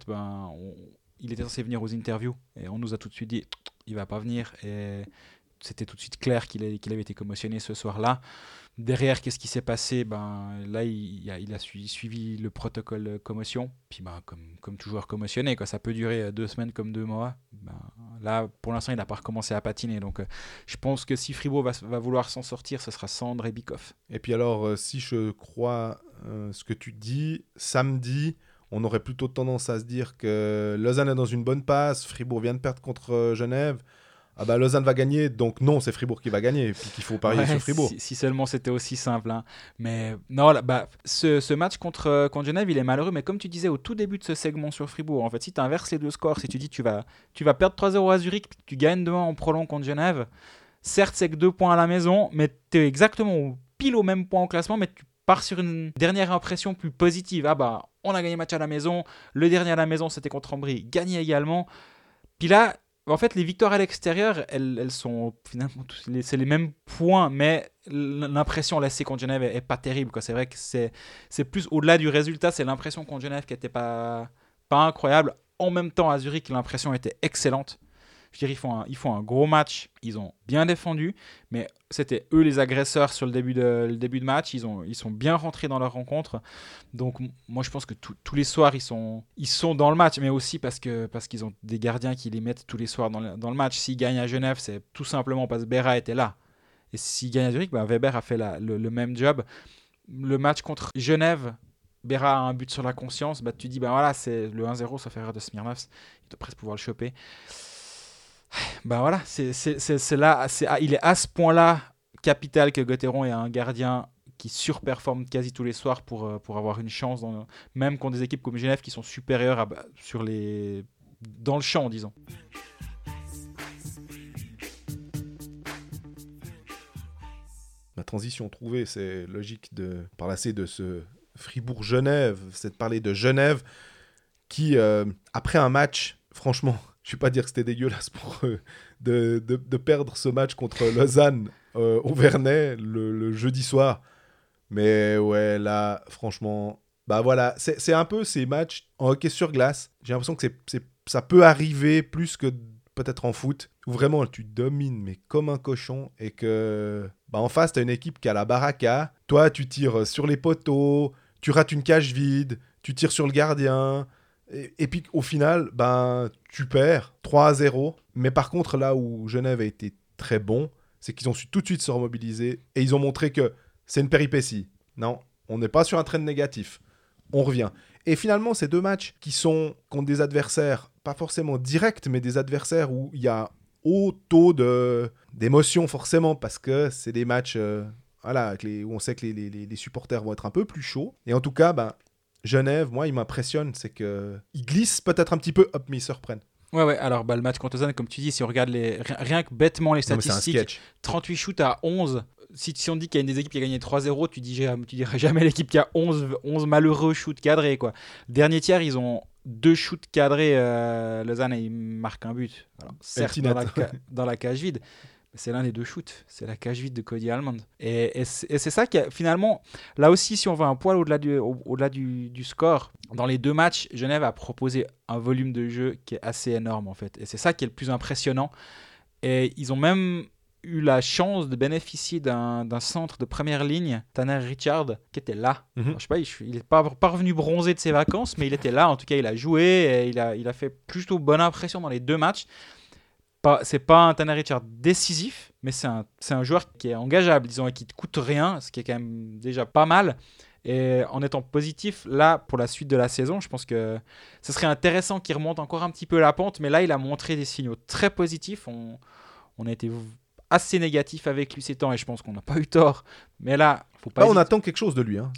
il était censé venir aux interviews et on nous a tout de suite dit il va pas venir, et c'était tout de suite clair qu'il avait été commotionné ce soir-là. Derrière, qu'est-ce qui s'est passé? Là, il a suivi le protocole commotion. Puis comme tout joueur commotionné, quoi, ça peut durer 2 semaines comme 2 mois. Là, pour l'instant, il n'a pas recommencé à patiner. Donc, je pense que si Fribourg va vouloir s'en sortir, ce sera sans André Bikov. Et puis alors, si je crois ce que tu dis, samedi, on aurait plutôt tendance à se dire que Lausanne est dans une bonne passe, Fribourg vient de perdre contre Genève. Ah bah Lausanne va gagner, donc non, c'est Fribourg qui va gagner, puis qu'il faut parier sur Fribourg. Si seulement c'était aussi simple. Hein. Mais non, ce match contre Genève, il est malheureux, mais comme tu disais au tout début de ce segment sur Fribourg, en fait, si tu inverses les deux scores, si tu dis tu vas perdre 3-0 à Zurich, puis tu gagnes demain en prolong contre Genève, certes c'est que 2 points à la maison, mais tu es exactement pile au même point au classement, mais tu pars sur une dernière impression plus positive. On a gagné le match à la maison, le dernier à la maison c'était contre Ambry, gagné également. Puis là, en fait, les victoires à l'extérieur, elles sont finalement c'est les mêmes points, mais l'impression laissée contre Genève est pas terrible, quoi. C'est vrai que c'est plus au-delà du résultat, c'est l'impression contre Genève qui n'était pas incroyable. En même temps, à Zurich, l'impression était excellente. Je dirais, ils font un gros match, ils ont bien défendu, mais c'était eux les agresseurs sur le début de match. Ils sont bien rentrés dans leur rencontre. Donc moi je pense que tous les soirs ils sont dans le match, mais aussi parce qu'ils ont des gardiens qui les mettent tous les soirs dans le match. S'ils gagnent à Genève, c'est tout simplement parce que Berra était là. Et s'ils gagnent à Zurich, Weber a fait le même job. Le match contre Genève, Berra a un but sur la conscience. Tu dis voilà, c'est le 1-0, ça fait erreur de Smirnovs, il doit presque pouvoir le choper. Voilà, c'est là, il est à ce point-là capital que Gauthieron est un gardien qui surperforme quasi tous les soirs pour avoir une chance, même contre des équipes comme Genève qui sont supérieures dans le champ, disons. La transition trouvée, c'est logique de parler de ce Fribourg-Genève, c'est de parler de Genève qui, après un match, franchement... Je ne vais pas dire que c'était dégueulasse pour eux de perdre ce match contre Lausanne au Vernet le jeudi soir. Mais ouais, là, franchement, voilà, c'est un peu ces matchs en hockey sur glace. J'ai l'impression que ça peut arriver plus que peut-être en foot, où vraiment tu domines, mais comme un cochon, et que en face, tu as une équipe qui a la baraka. Toi, tu tires sur les poteaux, tu rates une cage vide, tu tires sur le gardien... Et puis au final, tu perds 3-0. Mais par contre, là où Genève a été très bon, c'est qu'ils ont su tout de suite se remobiliser et ils ont montré que c'est une péripétie. Non, on n'est pas sur un trend négatif. On revient. Et finalement, ces 2 matchs qui sont contre des adversaires, pas forcément directs, mais des adversaires où il y a haut taux d'émotion forcément, parce que c'est des matchs où on sait que les supporters vont être un peu plus chauds. Et en tout cas, Genève, moi, il m'impressionne, c'est qu'ils glissent peut-être un petit peu, hop, mais ils se reprennent. Ouais, alors le match contre Lausanne, comme tu dis, si on regarde rien que bêtement les statistiques, 38 shoots à 11, si on dit qu'il y a une des équipes qui a gagné 3-0, tu dirais jamais l'équipe qui a 11 malheureux shoots cadrés, quoi. Dernier tiers, ils ont 2 shoots cadrés, Lausanne, et ils marquent un but. Alors, certes, dans la cage vide. C'est l'un des 2 shoots, c'est la cage vide de Cody Almond. Et c'est ça qui a, finalement, là aussi, si on va un poil au-delà du score, dans les 2 matchs, Genève a proposé un volume de jeu qui est assez énorme en fait. Et c'est ça qui est le plus impressionnant. Et ils ont même eu la chance de bénéficier d'un centre de première ligne, Tanner Richard, qui était là. Alors, je sais pas, il n'est pas revenu bronzé de ses vacances, mais il était là. En tout cas, il a joué et il a fait plutôt bonne impression dans les 2 matchs. C'est pas un Tanner Richard décisif, mais c'est un joueur qui est engageable, disons, et qui ne coûte rien, ce qui est quand même déjà pas mal. Et en étant positif, là, pour la suite de la saison, je pense que ce serait intéressant qu'il remonte encore un petit peu la pente, mais là, il a montré des signaux très positifs. On a été assez négatifs avec lui ces temps, et je pense qu'on n'a pas eu tort. Mais là, faut pas. Là, on attend quelque chose de lui. Hein.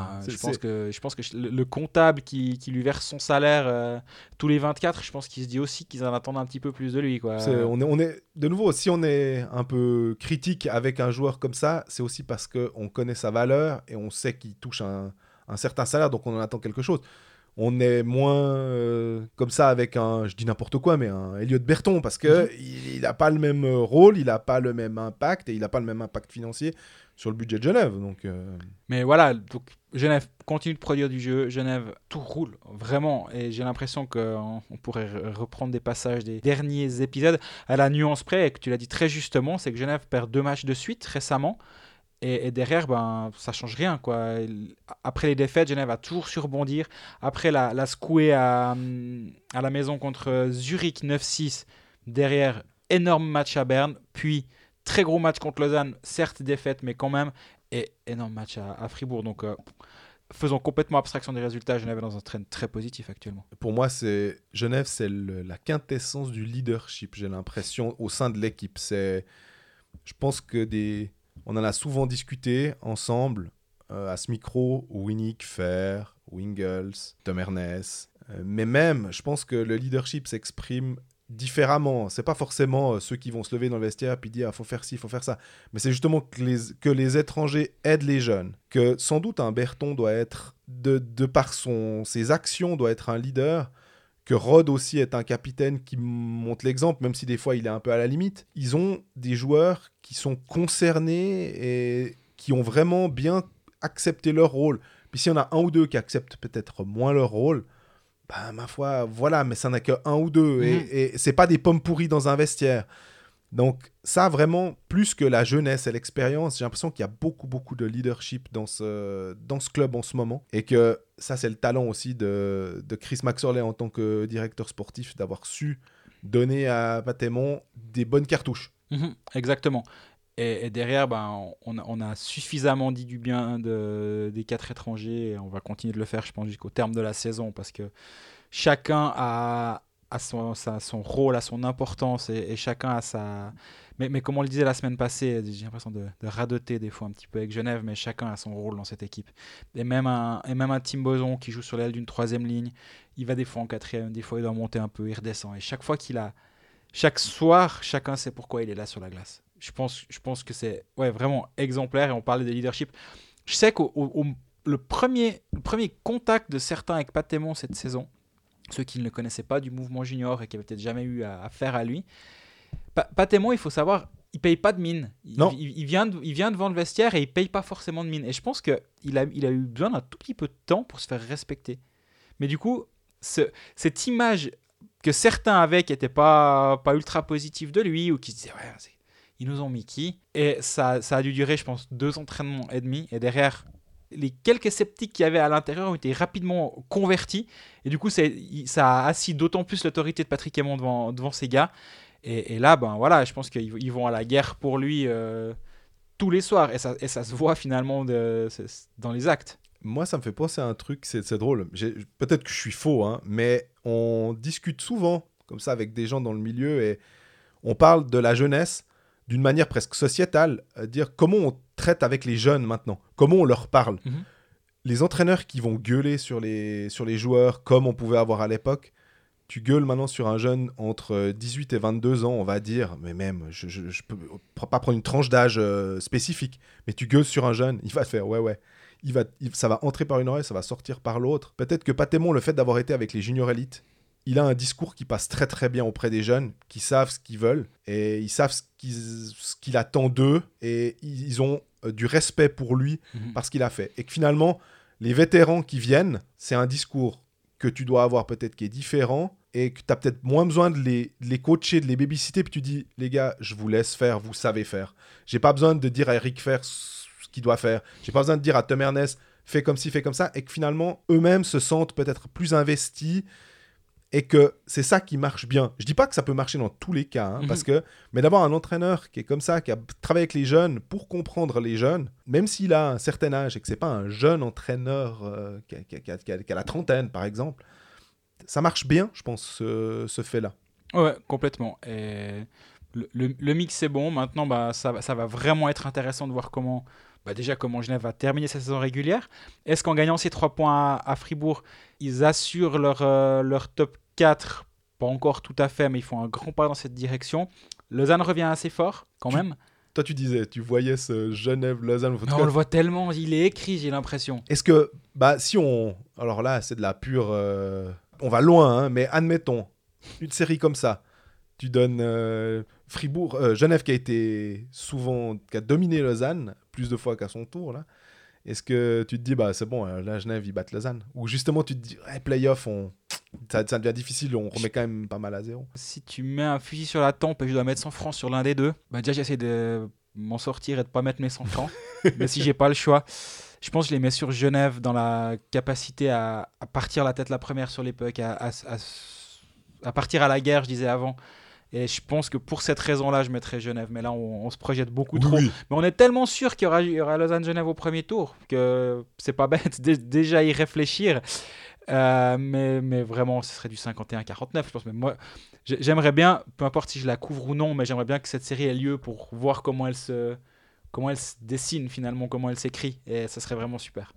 Je pense que le comptable qui lui verse son salaire tous les 24, je pense qu'il se dit aussi qu'ils en attendent un petit peu plus de lui, quoi. On est de nouveau, si on est un peu critique avec un joueur comme ça, c'est aussi parce qu'on connaît sa valeur et on sait qu'il touche un certain salaire, donc on en attend quelque chose. On est moins comme ça avec je dis n'importe quoi, mais un Elliott Berton, parce que il n'a pas le même rôle, il n'a pas le même impact, et il n'a pas le même impact financier sur le budget de Genève. Donc, Mais voilà, donc Genève continue de produire du jeu, Genève, tout roule, vraiment, et j'ai l'impression qu'on pourrait reprendre des passages des derniers épisodes, à la nuance près, et que tu l'as dit très justement, c'est que Genève perd 2 matchs de suite récemment, et derrière, ça change rien, quoi. Après les défaites, Genève a toujours su rebondir. Après la secouée à la maison contre Zurich 9-6, derrière, énorme match à Berne, puis très gros match contre Lausanne, certes défaite, mais quand même, et énorme match à Fribourg. Donc, faisons complètement abstraction des résultats. Genève est dans un trend très positif actuellement. Pour moi, Genève, c'est la quintessence du leadership, j'ai l'impression, au sein de l'équipe. Je pense que on en a souvent discuté ensemble à ce micro, Winnick, Fer, Wingles, Tom Ernest. Mais même, je pense que le leadership s'exprime différemment. C'est pas forcément ceux qui vont se lever dans le vestiaire puis dire faut faire ci, faut faire ça. Mais c'est justement que les étrangers aident les jeunes. Que sans doute un Berton doit être, de par ses actions, doit être un leader. Que Rod aussi est un capitaine qui montre l'exemple, même si des fois il est un peu à la limite. Ils ont des joueurs qui sont concernés et qui ont vraiment bien accepté leur rôle. Puis s'il y en a un ou deux qui acceptent peut-être moins leur rôle, ma foi, voilà, mais ça n'a que un ou deux. Et c'est pas des pommes pourries dans un vestiaire. Donc ça, vraiment, plus que la jeunesse et l'expérience, j'ai l'impression qu'il y a beaucoup, beaucoup de leadership dans ce club en ce moment. Et que ça, c'est le talent aussi de Chris Maxorley en tant que directeur sportif, d'avoir su donner à Patémon des bonnes cartouches. Exactement. Et derrière, on a suffisamment dit du bien des 4 étrangers, et on va continuer de le faire, je pense, jusqu'au terme de la saison, parce que chacun a son rôle, a son importance, et chacun a sa... Mais comme on le disait la semaine passée, j'ai l'impression de radoter des fois un petit peu avec Genève, mais chacun a son rôle dans cette équipe. Et même un Tim Boson qui joue sur l'aile d'une 3e ligne, il va des fois en 4e, des fois il doit monter un peu, il redescend. Et chaque soir, chacun sait pourquoi il est là sur la glace. Je pense que c'est vraiment exemplaire, et on parlait de leadership. Je sais que le premier contact de certains avec Patémon cette saison, ceux qui ne le connaissaient pas du mouvement junior et qui n'avaient peut-être jamais eu affaire à lui, Patémon, il faut savoir, il paye pas de mine. Il vient devant le vestiaire et il paye pas forcément de mine. Et je pense qu'il a eu besoin d'un tout petit peu de temps pour se faire respecter. Mais du coup, cette image que certains avaient qui n'était pas ultra positive de lui, ou qui se disaient ils nous ont mis qui, et ça a dû durer, je pense, 2 entraînements et demi, et derrière, les quelques sceptiques qu'il y avait à l'intérieur ont été rapidement convertis, et du coup ça a assis d'autant plus l'autorité de Patrick Aymon devant ces gars, et là voilà, je pense qu'ils vont à la guerre pour lui tous les soirs, et ça se voit finalement dans les actes. Moi, ça me fait penser à un truc, c'est drôle. Peut-être que je suis faux, hein, mais on discute souvent comme ça avec des gens dans le milieu, et on parle de la jeunesse d'une manière presque sociétale, dire comment on traite avec les jeunes maintenant, comment on leur parle. Les entraîneurs qui vont gueuler sur les joueurs comme on pouvait avoir à l'époque, tu gueules maintenant sur un jeune entre 18 et 22 ans, on va dire, mais même, je peux pas prendre une tranche d'âge spécifique, mais tu gueules sur un jeune, il va te faire ouais. Ça va entrer par une oreille, ça va sortir par l'autre. Peut-être que Patémon, le fait d'avoir été avec les juniors élites, il a un discours qui passe très très bien auprès des jeunes, qui savent ce qu'ils veulent, et ils savent ce qu'il attend d'eux, et ils ont du respect pour lui parce qu'il a fait. Et que finalement, les vétérans qui viennent, c'est un discours que tu dois avoir peut-être qui est différent, et que tu as peut-être moins besoin de les coacher, de les babysitter, puis tu dis, les gars, je vous laisse faire, vous savez faire. J'ai pas besoin de dire à Eric Fer ce qu'il doit faire. J'ai pas besoin de dire à Tom Ernest, fais comme ci, fais comme ça, et que finalement, eux-mêmes se sentent peut-être plus investis, et que c'est ça qui marche bien. Je dis pas que ça peut marcher dans tous les cas, hein, mais d'avoir un entraîneur qui est comme ça, qui a travaillé avec les jeunes pour comprendre les jeunes, même s'il a un certain âge et que c'est pas un jeune entraîneur qui a la trentaine, par exemple, ça marche bien, je pense, ce fait-là. Ouais, complètement. Et Le mix est bon. Maintenant, ça va vraiment être intéressant de voir comment Genève va terminer sa saison régulière. Est-ce qu'en gagnant ces 3 points à Fribourg, ils assurent leur top 4? Pas encore tout à fait, mais ils font un grand pas dans cette direction. Lausanne revient assez fort, quand même. Toi, tu disais, tu voyais ce Genève-Lausanne. Mais on le voit tellement, il est écrit, j'ai l'impression. Est-ce que, si on... Alors là, c'est de la pure... On va loin, hein, mais admettons, une série comme ça, tu donnes Genève qui a dominé Lausanne plus de fois qu'à son tour, là. Est-ce que tu te dis, c'est bon, là, Genève, ils battent Lausanne? Ou justement, tu te dis, playoff, ça devient difficile, on remet quand même pas mal à zéro. Si tu mets un fusil sur la tempe et je dois mettre 100 francs sur l'un des deux, déjà, j'essaie de m'en sortir et de pas mettre mes 100 francs. Mais si j'ai pas le choix, je pense que je les mets sur Genève dans la capacité à partir la tête la première sur les pucks, à partir à la guerre, je disais avant. Et je pense que pour cette raison-là, je mettrais Genève. Mais là, on se projette beaucoup trop. Oui. Mais on est tellement sûr qu'il y aura Lausanne-Genève au premier tour que c'est pas bête déjà y réfléchir. Mais vraiment, ce serait du 51-49, je pense. Mais moi, j'aimerais bien, peu importe si je la couvre ou non, mais j'aimerais bien que cette série ait lieu pour voir comment elle se dessine finalement, comment elle s'écrit. Et ça serait vraiment super.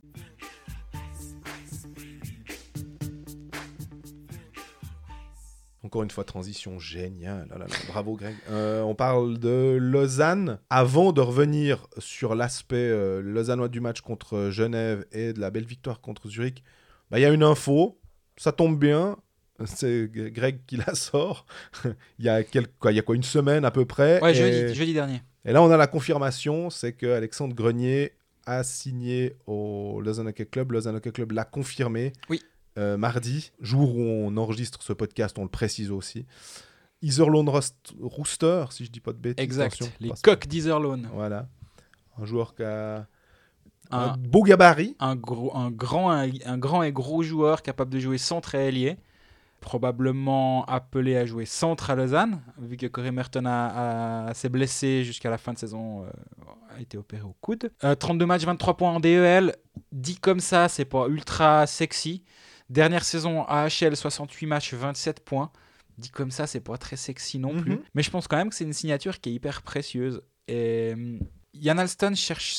Encore une fois, transition géniale. Là, bravo, Greg. On parle de Lausanne. Avant de revenir sur l'aspect lausannois du match contre Genève et de la belle victoire contre Zurich, il y a une info. Ça tombe bien. C'est Greg qui la sort. Il y a une semaine à peu près. Ouais, jeudi dernier. Et là, on a la confirmation. C'est que Alexandre Grenier a signé au Lausanne Hockey Club. Lausanne Hockey Club l'a confirmé. Oui. Mardi, jour où on enregistre ce podcast, on le précise aussi. Iserlohn Rooster, si je dis pas de bêtises. Exact, les coqs d'Iserlohn. Voilà. Un joueur qui a un beau gabarit. Un grand et gros joueur capable de jouer centre et ailier. Probablement appelé à jouer centre à Lausanne, vu que Corey Merton s'est blessé jusqu'à la fin de saison, a été opéré au coude. 32 matchs, 23 points en DEL. Dit comme ça, c'est pas ultra sexy. Dernière saison AHL, 68 matchs, 27 points. Dit comme ça, c'est pas très sexy non plus. Mais je pense quand même que c'est une signature qui est hyper précieuse. Et Jan Alston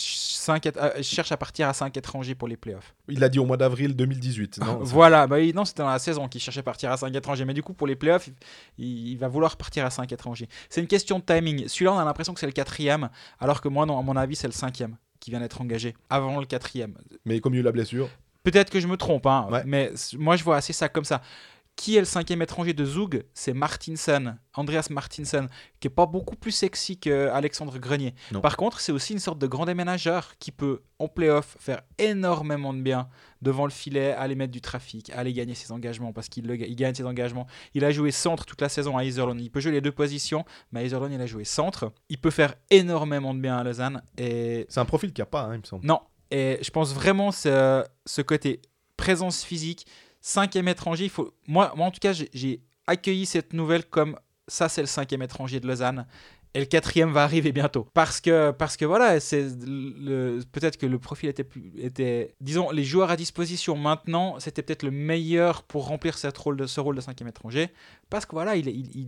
cherche à partir à 5 étrangers pour les playoffs. Il l'a dit au mois d'avril 2018. Non, voilà, non, c'était dans la saison qu'il cherchait à partir à 5 étrangers. Mais du coup, pour les playoffs, il va vouloir partir à 5 étrangers. C'est une question de timing. Celui-là, on a l'impression que c'est le 4e, alors que moi, non, à mon avis, c'est le 5e qui vient d'être engagé avant le 4e. Mais comme il y a eu la blessure. Peut-être que je me trompe, hein, ouais. Mais moi, je vois assez ça comme ça. Qui est le 5e étranger de Zug? C'est Andreas Martinsen, qui n'est pas beaucoup plus sexy qu'Alexandre Grenier. Non. Par contre, c'est aussi une sorte de grand déménageur qui peut, en play-off, faire énormément de bien devant le filet, aller mettre du trafic, aller gagner ses engagements, parce qu'il gagne ses engagements. Il a joué centre toute la saison à Iserlohn. Il peut jouer les deux positions, mais à Iserlohn, il a joué centre. Il peut faire énormément de bien à Lausanne. Et... c'est un profil qu'il n'y a pas, il me semble. Non, et je pense vraiment ce côté présence physique, 5e étranger, moi en tout cas, j'ai accueilli cette nouvelle comme ça, c'est le 5e étranger de Lausanne. Et le 4e va arriver bientôt. Parce que voilà, peut-être que le profil était... Disons, les joueurs à disposition maintenant, c'était peut-être le meilleur pour remplir ce rôle de 5e étranger. Parce que voilà,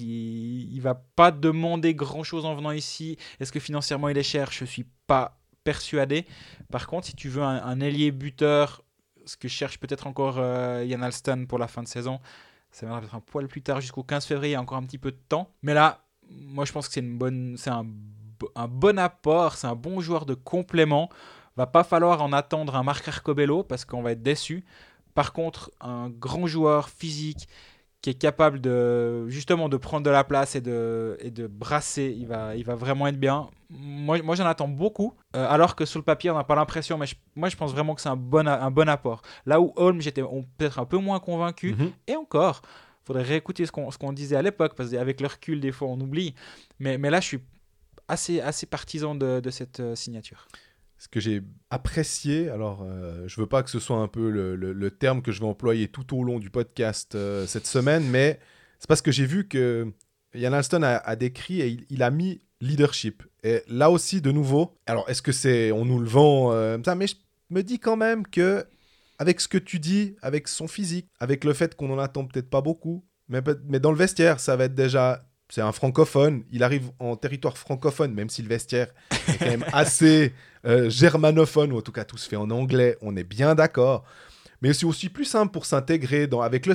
il va pas demander grand-chose en venant ici. Est-ce que financièrement il est cher? Je suis pas persuadé. Par contre, si tu veux un ailier buteur, ce que cherche peut-être encore Jan Alston pour la fin de saison, ça viendra peut-être un poil plus tard, jusqu'au 15 février, encore un petit peu de temps. Mais là, moi je pense que c'est un bon apport, c'est un bon joueur de complément. Va pas falloir en attendre un Marc Arcobello parce qu'on va être déçus. Par contre, un grand joueur physique qui est capable justement de prendre de la place et de brasser, il va vraiment être bien. Moi j'en attends beaucoup, alors que sur le papier on n'a pas l'impression, mais moi je pense vraiment que c'est un bon apport. Là où Holm, j'étais peut-être un peu moins convaincu, et encore, il faudrait réécouter ce qu'on disait à l'époque, parce qu'avec le recul des fois on oublie, mais là je suis assez partisan de cette signature. Ce que j'ai apprécié, alors je veux pas que ce soit un peu le terme que je vais employer tout au long du podcast cette semaine, mais c'est parce que j'ai vu que Jan Alston a décrit et il a mis leadership. Et là aussi, de nouveau, alors est-ce que on nous le vend ça, mais je me dis quand même que avec ce que tu dis, avec son physique, avec le fait qu'on en attend peut-être pas beaucoup, mais dans le vestiaire, ça va être déjà c'est un francophone, il arrive en territoire francophone, même si le vestiaire est quand même assez germanophone, ou en tout cas tout se fait en anglais, on est bien d'accord. Mais c'est aussi plus simple pour s'intégrer avec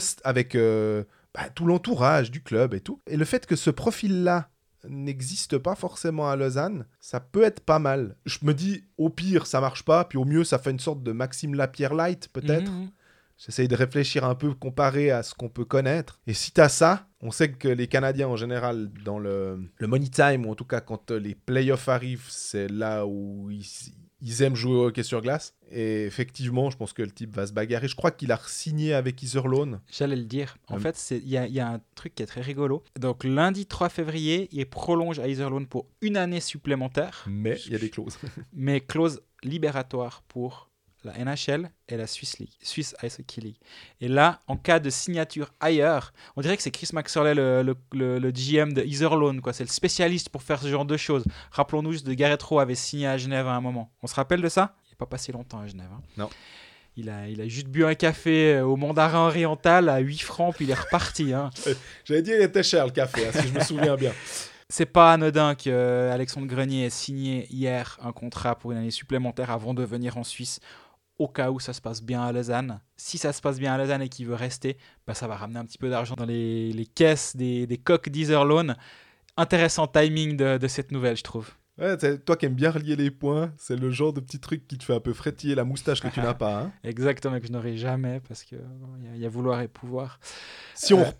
tout l'entourage du club et tout. Et le fait que ce profil-là n'existe pas forcément à Lausanne, ça peut être pas mal. Je me dis, au pire, ça marche pas, puis au mieux, ça fait une sorte de Maxime Lapierre light, peut-être. J'essaye de réfléchir un peu comparé à ce qu'on peut connaître. Et si t'as ça, on sait que les Canadiens, en général, dans le money time, ou en tout cas quand les playoffs arrivent, c'est là où ils aiment jouer au hockey sur glace. Et effectivement, je pense que le type va se bagarrer. Je crois qu'il a signé avec Iserlohn. J'allais le dire. En fait, il y a un truc qui est très rigolo. Donc, lundi 3 février, il prolonge à Iserlohn pour une année supplémentaire. Mais il y a des clauses. Mais clause libératoire pour la NHL et la Swiss Ice Hockey League. Et là, en cas de signature ailleurs, on dirait que c'est Chris Maxwell, le GM de Iserlohn, quoi. C'est le spécialiste pour faire ce genre de choses. Rappelons-nous juste de Garrett Rowe avait signé à Genève à un moment. On se rappelle de ça ? Il n'est pas passé longtemps à Genève. Hein. Non. Il a juste bu un café au Mandarin Oriental à 8 francs, puis il est reparti. Hein. J'allais dire qu'il était cher le café, si je me souviens bien. C'est pas anodin qu'Alexandre Grenier ait signé hier un contrat pour une année supplémentaire avant de venir en Suisse, au cas où ça se passe bien à Lausanne. Si ça se passe bien à Lausanne et qu'il veut rester, ça va ramener un petit peu d'argent dans les caisses des coqs d'Iserlohn. Intéressant timing de cette nouvelle, je trouve. Ouais, toi qui aimes bien relier les points, c'est le genre de petit truc qui te fait un peu frétiller la moustache que tu n'as pas. Hein. Exactement, que je n'aurai jamais, parce qu'il y a vouloir et pouvoir. Si on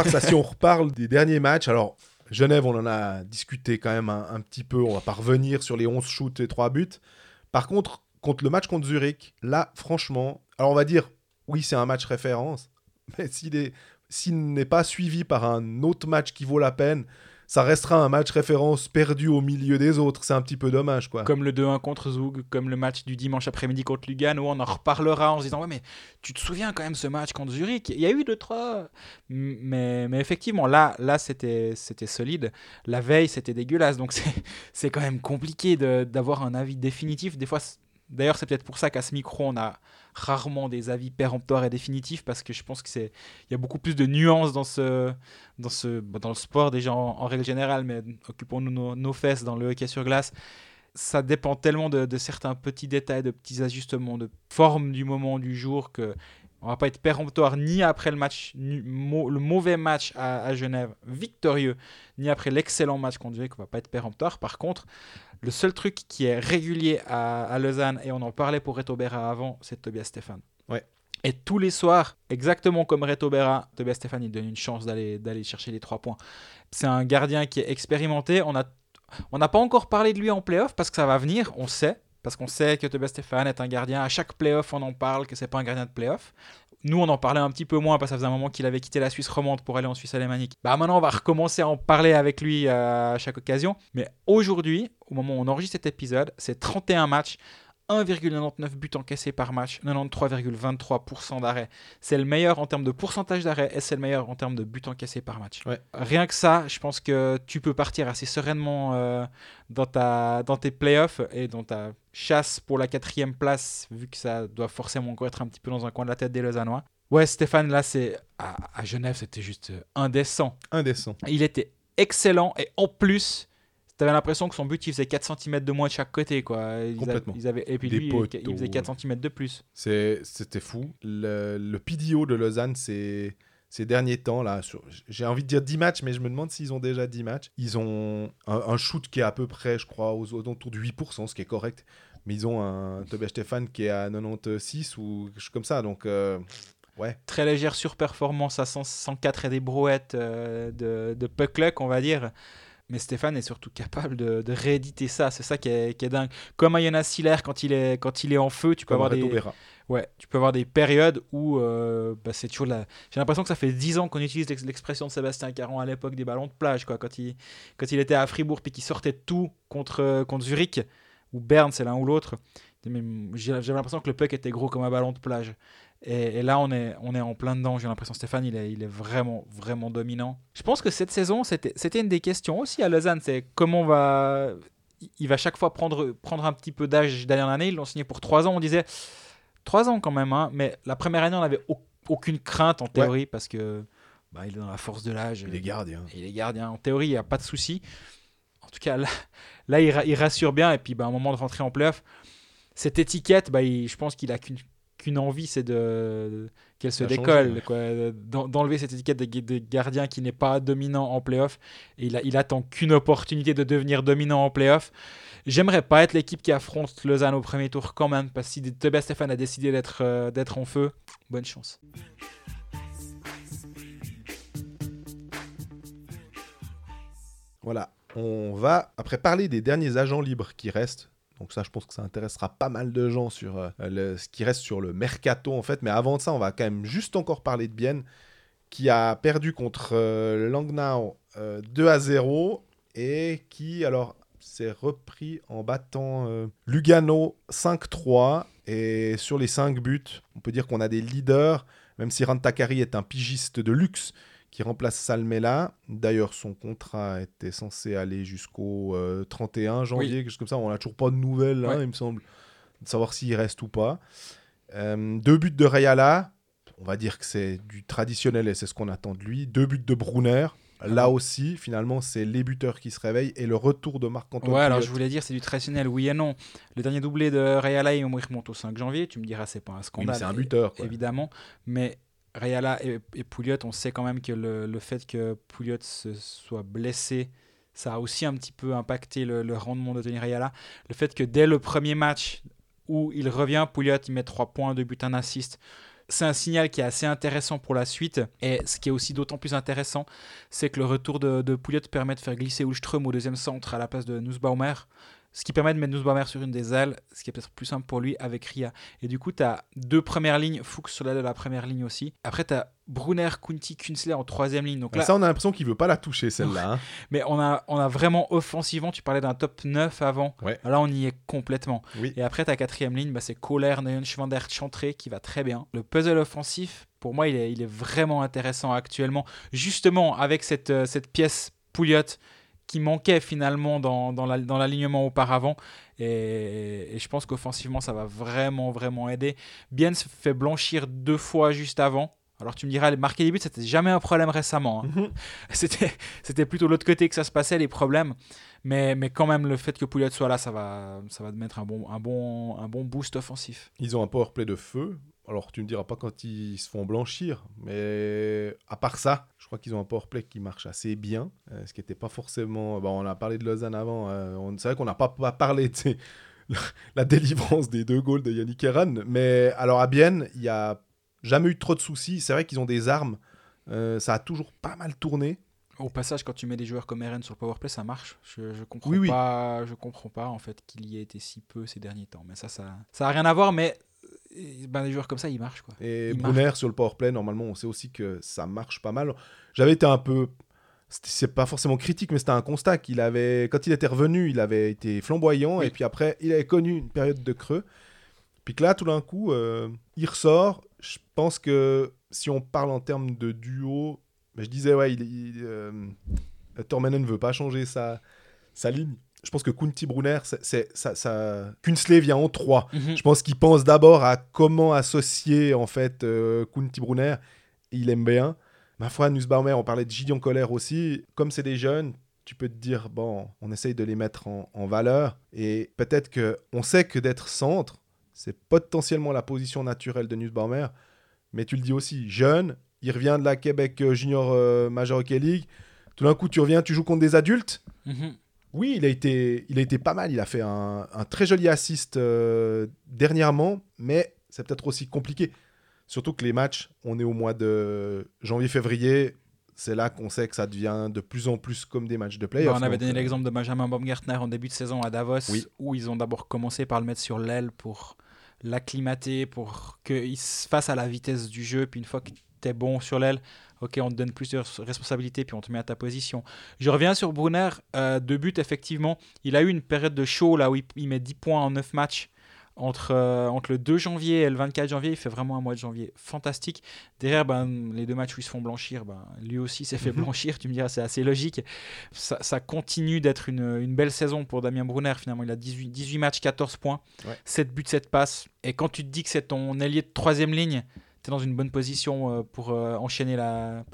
reparle des derniers matchs, alors Genève, on en a discuté quand même un petit peu, on va pas revenir sur les 11 shoots et 3 buts. Par contre, contre le match contre Zurich, là, franchement, alors on va dire, oui, c'est un match référence, mais s'il n'est pas suivi par un autre match qui vaut la peine, ça restera un match référence perdu au milieu des autres. C'est un petit peu dommage, quoi. Comme le 2-1 contre Zug, comme le match du dimanche après-midi contre Lugano, on en reparlera en se disant « Ouais, mais tu te souviens quand même ce match contre Zurich ? Il y a eu 2-3... » mais effectivement, là c'était solide. La veille, c'était dégueulasse. Donc c'est quand même compliqué d'avoir un avis définitif. Des fois... D'ailleurs, c'est peut-être pour ça qu'à ce micro, on a rarement des avis péremptoires et définitifs, parce que je pense qu'il y a beaucoup plus de nuances dans le sport déjà en règle générale, mais occupons-nous nos fesses dans le hockey sur glace. Ça dépend tellement de certains petits détails, de petits ajustements, de forme du moment du jour, que on va pas être péremptoire ni après le mauvais match à Genève, victorieux, ni après l'excellent match contre Zurich, on va pas être péremptoire. Par contre, le seul truc qui est régulier à Lausanne, et on en parlait pour Reto Berra avant, c'est Tobias Stephan. Ouais. Et tous les soirs, exactement comme Reto Berra, Tobias Stephan, il donne une chance d'aller chercher les 3 points. C'est un gardien qui est expérimenté. On n'a pas encore parlé de lui en play-off parce que ça va venir, on sait. Parce qu'on sait que Tobias Stephan est un gardien. À chaque play-off, on en parle, que c'est pas un gardien de play-off. Nous, on en parlait un petit peu moins parce que ça faisait un moment qu'il avait quitté la Suisse romande pour aller en Suisse alémanique. Maintenant, on va recommencer à en parler avec lui à chaque occasion. Mais aujourd'hui, au moment où on enregistre cet épisode, c'est 31 matchs, 1,99 buts encaissés par match, 93,23% d'arrêt. C'est le meilleur en termes de pourcentage d'arrêt et c'est le meilleur en termes de buts encaissés par match. Ouais. Rien que ça, je pense que tu peux partir assez sereinement dans tes playoffs et dans ta chasse pour la 4e place, vu que ça doit forcément encore être un petit peu dans un coin de la tête des Lausannois. Ouais, Stéphane, là, à Genève, c'était juste indécent. Il était excellent et en plus... T'avais l'impression que son but, il faisait 4 cm de moins de chaque côté, quoi. Complètement. Et puis lui, il faisait 4 cm de plus. C'était fou. Le PDO de Lausanne, ces derniers temps, là, j'ai envie de dire 10 matchs, mais je me demande s'ils ont déjà 10 matchs. Ils ont un shoot qui est à peu près, je crois, aux alentours de 8%, ce qui est correct. Mais ils ont un Tobias Stephan qui est à 96 ou quelque chose comme ça, donc... Ouais. Très légère surperformance à 104 et des brouettes de puck-luck, on va dire. Mais Stéphane est surtout capable de rééditer ça. C'est ça qui est dingue. Comme un Jonas Siller, quand il est en feu, tu peux avoir des périodes où c'est toujours j'ai l'impression que ça fait 10 ans qu'on utilise l'expression de Sébastien Caron à l'époque des ballons de plage, quoi. Quand il était à Fribourg puis qu'il sortait de tout contre Zurich ou Berne, c'est l'un ou l'autre. J'avais l'impression que le puck était gros comme un ballon de plage. Et là, on est en plein dedans. J'ai l'impression que Stéphane, il est vraiment, vraiment dominant. Je pense que cette saison, c'était une des questions aussi à Lausanne. C'est comment il va chaque fois prendre un petit peu d'âge dernière année. Ils l'ont signé pour 3 ans. On disait 3 ans quand même. Hein, mais la première année, on n'avait aucune crainte en théorie parce que bah, il est dans la force de l'âge. Il est gardien. Il est gardien. En théorie, il n'y a pas de souci. En tout cas, là il rassure bien. Et puis, bah, à un moment de rentrer en play-off, cette étiquette, bah, je pense qu'il a qu'une envie, c'est qu'elle se décolle, quoi, d'enlever cette étiquette de gardien qui n'est pas dominant en play-off. Et il attend qu'une opportunité de devenir dominant en play-off. J'aimerais pas être l'équipe qui affronte Lausanne au premier tour quand même, parce que si Tobias Stephan a décidé d'être en feu, bonne chance. Voilà, on va après parler des derniers agents libres qui restent. Donc ça, je pense que ça intéressera pas mal de gens sur ce qui reste sur le mercato en fait. Mais avant ça, on va quand même juste encore parler de Bienne, qui a perdu contre Langnau 2-0 et qui alors s'est repris en battant Lugano 5-3. Et sur les 5 buts, on peut dire qu'on a des leaders, même si Rantakari est un pigiste de luxe qui remplace Salmela. D'ailleurs, son contrat était censé aller jusqu'au 31 janvier, quelque chose comme ça. On n'a toujours pas de nouvelles, il me semble, de savoir s'il reste ou pas. 2 buts de Rayala. On va dire que c'est du traditionnel et c'est ce qu'on attend de lui. 2 buts de Brunner. Là aussi, finalement, c'est les buteurs qui se réveillent et le retour de Marc-Antoine. Ouais, alors je voulais dire, c'est du traditionnel, oui et non. Le dernier doublé de Rayala, il remonte au 5 janvier. Tu me diras, c'est pas un scandale. Oui, c'est un buteur, quoi. Évidemment. Mais Rayala et Pouliot, on sait quand même que le fait que Pouliot se soit blessé, ça a aussi un petit peu impacté le rendement de Tony Rayala. Le fait que dès le premier match où il revient, Pouliot, il met 3 points, 2 buts, 1 assist. C'est un signal qui est assez intéressant pour la suite. Et ce qui est aussi d'autant plus intéressant, c'est que le retour de Pouliot permet de faire glisser Ulström au deuxième centre à la place de Nussbaumer. Ce qui permet de mettre Nussbaumer sur une des ailes, ce qui est peut-être plus simple pour lui avec Ria. Et du coup, tu as 2 premières lignes, Fuchs sur l'aile de la première ligne aussi. Après, tu as Brunner, Kunti, Künzler en 3e ligne. Donc là, ça, on a l'impression qu'il ne veut pas la toucher, celle-là. Hein. Mais on a vraiment offensivement, tu parlais d'un top 9 avant. Ouais. Là, on y est complètement. Oui. Et après, ta 4e ligne, c'est Kohler, Neuenschwander, Chantré qui va très bien. Le puzzle offensif, pour moi, il est vraiment intéressant actuellement. Justement, avec cette pièce Pouliot qui manquait finalement dans l'alignement auparavant. Et je pense qu'offensivement, ça va vraiment, vraiment aider. Bien se fait blanchir 2 fois juste avant. Alors tu me diras, marquer des buts, c'était jamais un problème récemment. Hein. C'était plutôt de l'autre côté que ça se passait, les problèmes. Mais quand même, le fait que Pouliot soit là, ça va mettre un bon boost offensif. Ils ont un powerplay de feu. Alors, tu me diras pas quand ils se font blanchir, mais à part ça, je crois qu'ils ont un powerplay qui marche assez bien, ce qui n'était pas forcément... Bon, on a parlé de Lausanne avant, c'est vrai qu'on n'a pas parlé de la délivrance des 2 goals de Yannick Herran, mais alors à Bienne, il n'y a jamais eu trop de soucis. C'est vrai qu'ils ont des armes, ça a toujours pas mal tourné. Au passage, quand tu mets des joueurs comme Herran sur le powerplay, ça marche. Je comprends pas. Je comprends pas en fait qu'il y ait été si peu ces derniers temps. Mais ça a rien à voir. Mais des joueurs comme ça, ils marchent quoi. Et Brunner sur le powerplay, normalement, on sait aussi que ça marche pas mal. J'avais été un peu, c'est pas forcément critique, mais c'était un constat qu'il avait, quand il était revenu, il avait été flamboyant et puis après, il avait connu une période de creux. Puis que là, tout d'un coup, il ressort. Je pense que si on parle en termes de duo. Mais je disais, Tormanen ne veut pas changer sa ligne. Je pense que Kunti Brunner, Künzle vient en 3. Mm-hmm. Je pense qu'il pense d'abord à comment associer en fait Kunti Brunner. Il aime bien. Ma foi, Nussbaumer, on parlait de Gideon Kohler aussi. Comme c'est des jeunes, tu peux te dire, bon, on essaye de les mettre en valeur. Et peut-être qu'on sait que d'être centre, c'est potentiellement la position naturelle de Nussbaumer. Mais tu le dis aussi, jeune. Il revient de la Québec Junior Major Hockey League. Tout d'un coup, tu reviens, tu joues contre des adultes. Mm-hmm. Oui, il a été pas mal. Il a fait un très joli assist dernièrement, mais c'est peut-être aussi compliqué. Surtout que les matchs, on est au mois de janvier-février. C'est là qu'on sait que ça devient de plus en plus comme des matchs de play-off. On avait donné l'exemple de Benjamin Baumgartner en début de saison à Davos, où ils ont d'abord commencé par le mettre sur l'aile pour l'acclimater, pour qu'il se fasse à la vitesse du jeu. Puis une fois que t'es bon sur l'aile, ok, on te donne plus de responsabilités, puis on te met à ta position. Je reviens sur Brunner, 2 buts, effectivement. Il a eu une période de show là où il met 10 points en 9 matchs. Entre le 2 janvier et le 24 janvier, il fait vraiment un mois de janvier fantastique. Derrière, les 2 matchs où ils se font blanchir, lui aussi s'est fait blanchir. Tu me diras, c'est assez logique. Ça continue d'être une belle saison pour Damien Brunner. Finalement, il a 18 matchs, 14 points, 7 buts, 7 passes. Et quand tu te dis que c'est ton ailier de 3e ligne, tu es dans une bonne position pour enchaîner pour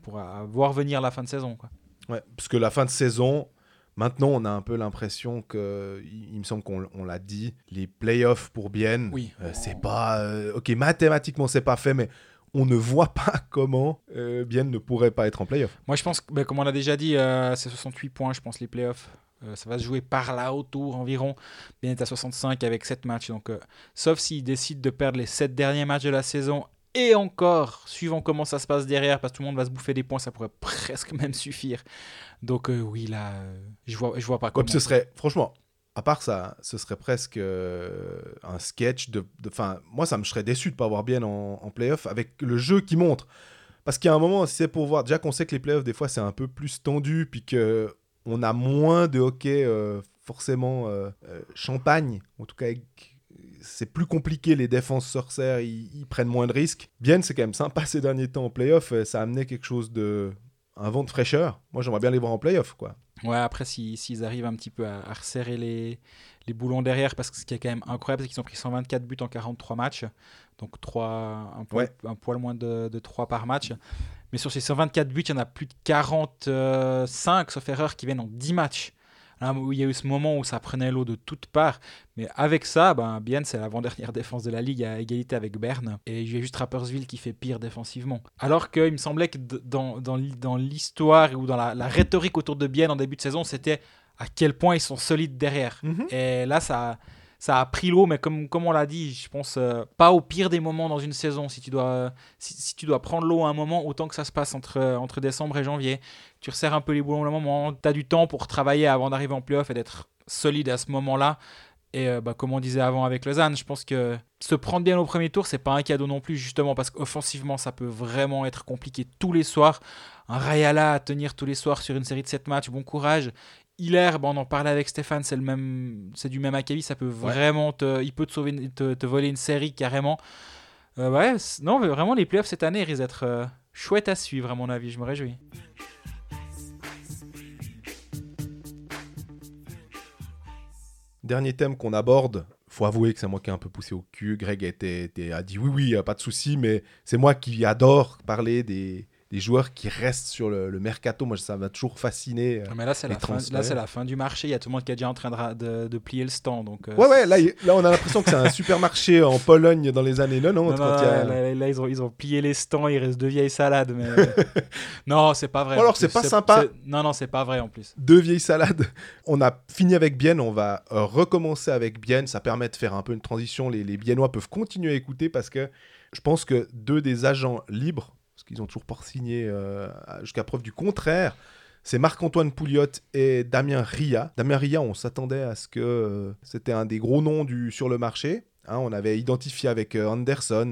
pourra voir venir la fin de saison, quoi. Ouais, parce que la fin de saison, maintenant, on a un peu l'impression que, il me semble qu'on l'a dit, les playoffs pour Bienne, Oui. c'est pas... ok, mathématiquement, c'est pas fait, mais on ne voit pas comment Bienne ne pourrait pas être en playoff. Moi, je pense que, comme on l'a déjà dit, c'est 68 points, je pense, les playoffs. Ça va se jouer par là autour environ. Bien est à 65 avec 7 matchs. Donc, sauf s'ils décident de perdre les 7 derniers matchs de la saison et encore, suivant comment ça se passe derrière, parce que tout le monde va se bouffer des points, ça pourrait presque même suffire. Donc, oui, là, je vois pas Ouais, comment. ce serait, franchement, à part ça, ce serait presque un sketch Enfin, moi, ça me serait déçu de ne pas avoir Bienne en playoff avec le jeu qui montre. Parce qu'il y a un moment, si c'est pour voir, déjà qu'on sait que les playoffs, des fois, c'est un peu plus tendu, puis que on a moins de hockey forcément champagne. En tout cas, c'est plus compliqué. Les défenses sorcières, ils prennent moins de risques. Bien, c'est quand même sympa ces derniers temps en playoff. Ça a amené quelque chose un vent de fraîcheur. Moi, j'aimerais bien les voir en playoff, quoi. Ouais, après, s'ils arrivent un petit peu à resserrer les boulons derrière, parce que ce qui est quand même incroyable, c'est qu'ils ont pris 124 buts en 43 matchs. Donc un poil moins de 3 par match. Mais sur ces 124 buts, il y en a plus de 45, sauf erreur, qui viennent en 10 matchs. Là où il y a eu ce moment où ça prenait l'eau de toutes parts. Mais avec ça, Bienne, c'est l'avant-dernière défense de la Ligue à égalité avec Berne. Et il y a juste Rapperswil qui fait pire défensivement. Alors qu'il me semblait que dans l'histoire ou dans la rhétorique autour de Bienne en début de saison, c'était à quel point ils sont solides derrière. Mm-hmm. Et là, ça a pris l'eau, mais comme on l'a dit, je pense pas au pire des moments dans une saison. Si tu dois prendre l'eau à un moment, autant que ça se passe entre décembre et janvier. Tu resserres un peu les boulons au moment, tu as du temps pour travailler avant d'arriver en play-off et d'être solide à ce moment-là. Et comme on disait avant avec Lausanne, je pense que se prendre bien au premier tour, c'est pas un cadeau non plus, justement, parce qu'offensivement, ça peut vraiment être compliqué tous les soirs. Un Rayala à tenir tous les soirs sur une série de 7 matchs, bon courage. Hilaire, on en parlait avec Stéphane, c'est du même acabit, ça peut vraiment il peut te sauver, te voler une série carrément. Non, mais vraiment les playoffs cette année risquent d'être chouettes à suivre à mon avis, je me réjouis. Dernier thème qu'on aborde, faut avouer que c'est moi qui ai un peu poussé au cul. Greg a dit oui, pas de souci, mais c'est moi qui adore parler des joueurs qui restent sur le mercato. Moi, ça m'a toujours fasciné. Mais là, c'est la fin du marché. Il y a tout le monde qui est déjà en train de plier le stand. Donc, là, on a l'impression que c'est un supermarché en Pologne dans les années 90. Là, ils ont plié les stands. Il reste 2 vieilles salades. Mais... non, c'est pas vrai. Alors, c'est pas sympa. Non, c'est pas vrai en plus. 2 vieilles salades. On a fini avec Bienne. On va recommencer avec Bienne. Ça permet de faire un peu une transition. Les Biennois peuvent continuer à écouter parce que je pense que 2 des agents libres, parce qu'ils ont toujours pas signé jusqu'à preuve du contraire, c'est Marc-Antoine Pouliot et Damien Ria. Damien Ria, on s'attendait à ce que c'était un des gros noms sur le marché. On avait identifié avec Anderson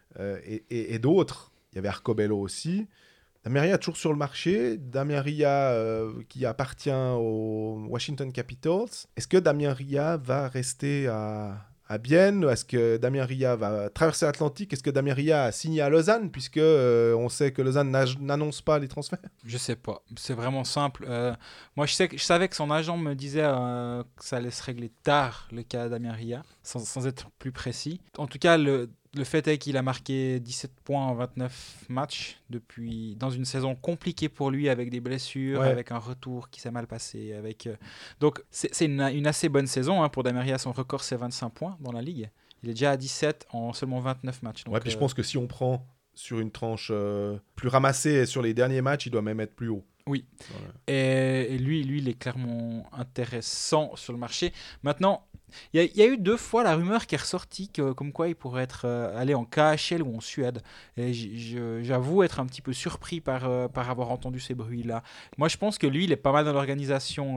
et d'autres. Il y avait Arcobello aussi. Damien Ria toujours sur le marché. Damien Ria qui appartient aux Washington Capitals. Est-ce que Damien Ria va rester à Bienne? Est-ce que Damien Ria va traverser l'Atlantique? Est-ce que Damien Ria a signé à Lausanne, puisque on sait que Lausanne n'annonce pas les transferts? Je sais pas, c'est vraiment simple. Moi, je savais que son agent me disait que ça allait se régler tard, le cas Damien Ria, sans être plus précis. En tout cas, le fait est qu'il a marqué 17 points en 29 matchs dans une saison compliquée pour lui, avec des blessures, avec un retour qui s'est mal passé. Donc, c'est une assez bonne saison pour Damien Ria. Son record, c'est 25 points dans la Ligue. Il est déjà à 17 en seulement 29 matchs. Donc, puis je pense que si on prend sur une tranche plus ramassée sur les derniers matchs, il doit même être plus haut. Oui. Voilà. Et lui, il est clairement intéressant sur le marché. Maintenant, il y a eu 2 fois la rumeur qui est ressortie comme quoi il pourrait aller en KHL ou en Suède. Et j'avoue être un petit peu surpris par avoir entendu ces bruits-là. Moi, je pense que lui, il est pas mal dans l'organisation.